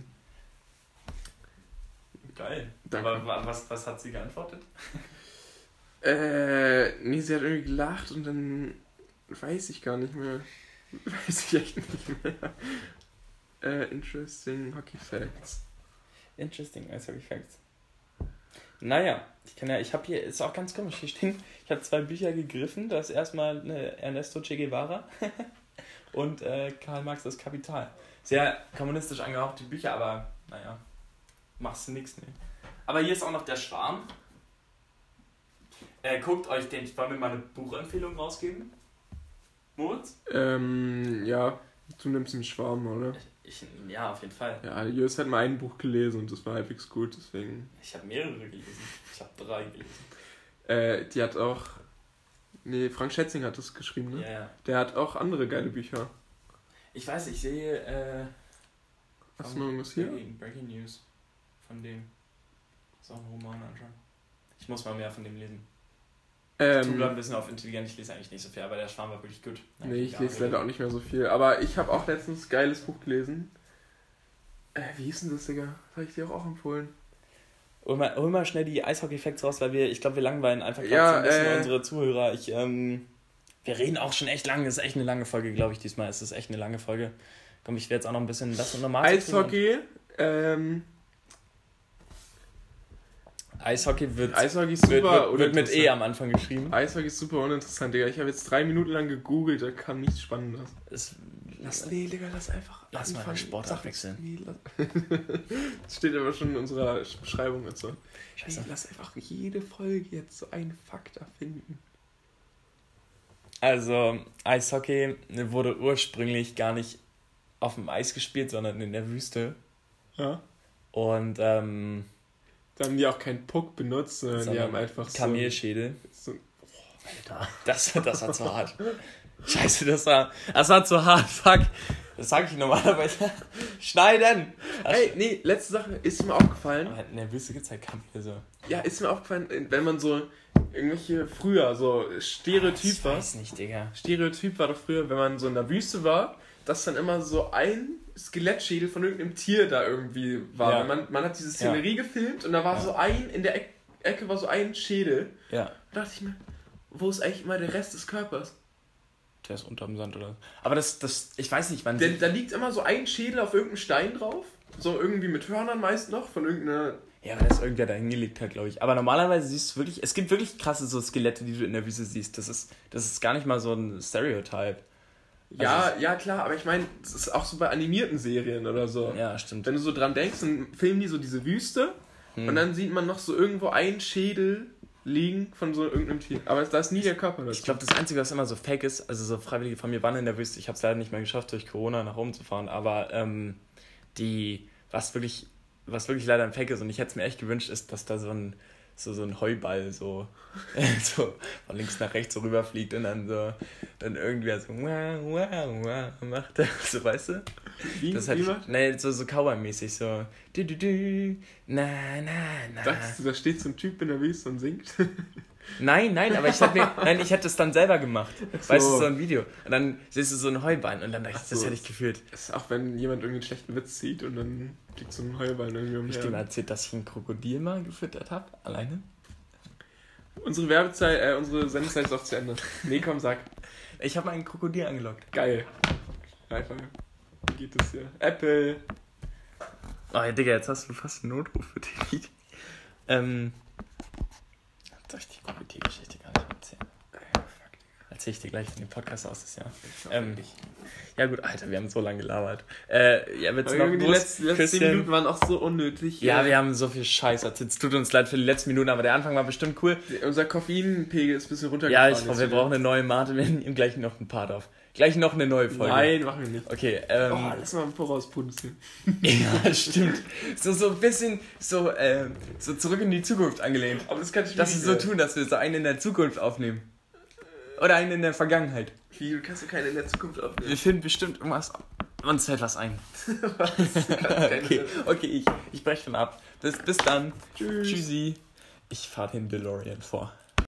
Geil. Danke. Aber was hat sie geantwortet? Nee, sie hat irgendwie gelacht und dann weiß ich gar nicht mehr. Weiß ich echt nicht mehr. Interesting Hockey Facts. Interesting Hockey Facts. Naja, ich habe hier, ist auch ganz komisch, hier stehen, ich habe 2 Bücher gegriffen, das ist erstmal Ernesto Che Guevara und Karl Marx, das Kapital. Sehr kommunistisch angehauchte Bücher, aber naja, machst du nix, ne. Aber hier ist auch noch der Schwarm. Guckt euch den, wollen wir mal eine Buchempfehlung rausgeben? Moritz? Ja, du nimmst den Schwarm, oder? Ja, auf jeden Fall. Ja, Jus hat mal ein Buch gelesen und das war halbwegs gut, deswegen... Ich habe mehrere gelesen. Ich habe 3 gelesen. Die hat auch... Nee, Frank Schätzing hat das geschrieben, ne? Ja. Der hat auch andere geile Bücher. Ich weiß, ich sehe... Hast du noch irgendwas hier? Breaking News von dem. Ist auch ein Roman anschauen. Ich muss mal mehr von dem lesen. Ich tue ein bisschen auf intelligent, ich lese eigentlich nicht so viel, aber der Schwarm war wirklich gut. Nee, ich lese leider auch nicht mehr so viel. Aber ich habe auch letztens ein geiles Buch gelesen. Wie hieß denn das, Digga? Das habe ich dir auch empfohlen. Hol mal schnell die Eishockey-Facts raus, weil ich glaube, wir langweilen einfach so ein bisschen unsere Zuhörer. Wir reden auch schon echt lange, das ist echt eine lange Folge, glaube ich, diesmal. Es ist echt eine lange Folge. Komm, ich werde jetzt auch noch ein bisschen normal. Eishockey, Eishockey ist super wird mit E am Anfang geschrieben. Eishockey ist super uninteressant, Digga. Ich habe jetzt 3 Minuten lang gegoogelt, da kam nichts Spannendes. Digga, lass mal den Sportart wechseln. Nee, das steht aber schon in unserer Beschreibung und so. Scheiße. Nee, lass einfach jede Folge jetzt so einen Fakt erfinden. Also, Eishockey wurde ursprünglich gar nicht auf dem Eis gespielt, sondern in der Wüste. Ja. Und, da haben die auch keinen Puck benutzt, sondern die haben einfach Kamelschädel. So Alter. Das war zu hart. Scheiße, das war zu hart. Fuck. Das sage ich normalerweise. Schneiden! Ey, nee, letzte Sache, ist mir aufgefallen. Aber in der Wüste gibt es halt Kamele so. Ja, ist mir aufgefallen, wenn man so irgendwelche früher so Stereotyp war. Ich weiß nicht, Digga. Stereotyp war doch früher, wenn man so in der Wüste war, dass dann immer so ein Skelettschädel von irgendeinem Tier da irgendwie war. Ja. Man hat diese Szenerie gefilmt und da war so in der Ecke war so ein Schädel. Ja. Da dachte ich mir, wo ist eigentlich immer der Rest des Körpers? Der ist unterm Sand oder so. Aber das ich weiß nicht, wann... Da liegt immer so ein Schädel auf irgendeinem Stein drauf. So irgendwie mit Hörnern meist noch, von irgendeiner... Ja, weil das irgendwer da hingelegt hat, glaube ich. Aber normalerweise siehst du wirklich... Es gibt wirklich krasse so Skelette, die du in der Wüste siehst. Das ist gar nicht mal so ein Stereotype. Ja, klar, aber ich meine, das ist auch so bei animierten Serien oder so. Ja, stimmt. Wenn du so dran denkst, dann filmen die so diese Wüste und dann sieht man noch so irgendwo einen Schädel liegen von so irgendeinem Tier. Aber da ist nie der Körper dazu. Ich glaube, das Einzige, was immer so fake ist, also so Freiwillige von mir waren in der Wüste, ich habe es leider nicht mehr geschafft, durch Corona nach oben zu fahren, aber was wirklich leider ein Fake ist und ich hätte es mir echt gewünscht, ist, dass da so ein Heuball so von links nach rechts so rüberfliegt und dann irgendwer so macht, so, weißt du? Wie? Das halt, nee, so Cowboy-mäßig, so na. Dachtest du, da steht so ein Typ in der Wüste und singt? Nein, aber ich hätte es dann selber gemacht. So. Weißt du, so ein Video. Und dann siehst du so ein Heuballen und dann dachte ich, das hätte ich gefühlt. Das ist auch, wenn jemand irgendeinen schlechten Witz zieht und dann liegt so ein Heuballen irgendwie umher. Hab ich dir mal erzählt, dass ich ein Krokodil mal gefüttert habe? Alleine? Unsere Sendezeit ist auch zu Ende. Nee, komm, sag. Ich habe mal ein Krokodil angelockt. Geil. Einfach. Wie geht das hier? Apple. Oh ja, Digga, jetzt hast du fast einen Notruf für dich. Soll ich die Krokodilgeschichte gar nicht erzählen? Erzähl ich dir gleich, wenn der Podcast aus ist, ja. Ja gut, Alter, wir haben so lange gelabert. Wird's noch die letzten 10 Minuten waren auch so unnötig. Ja, wir haben so viel Scheiß erzählt. Es tut uns leid für die letzten Minuten, aber der Anfang war bestimmt cool. Unser Koffeinpegel ist ein bisschen runtergefahren. Ja, wir brauchen eine neue Mate, wir nehmen gleich noch ein Part auf. Gleich noch eine neue Folge. Nein, machen wir nicht. Okay, lass mal ein vorauspunzen. Ja, stimmt. So ein bisschen so zurück in die Zukunft angelehnt. Aber das kann ich nicht. Dass wir so tun, dass wir so einen in der Zukunft aufnehmen. Oder einen in der Vergangenheit. Wie, du kannst du keinen in der Zukunft aufnehmen? Wir finden bestimmt irgendwas. Uns fällt was ein. Okay, ich breche dann ab. Bis dann. Tschüss. Tschüssi. Ich fahre den DeLorean vor.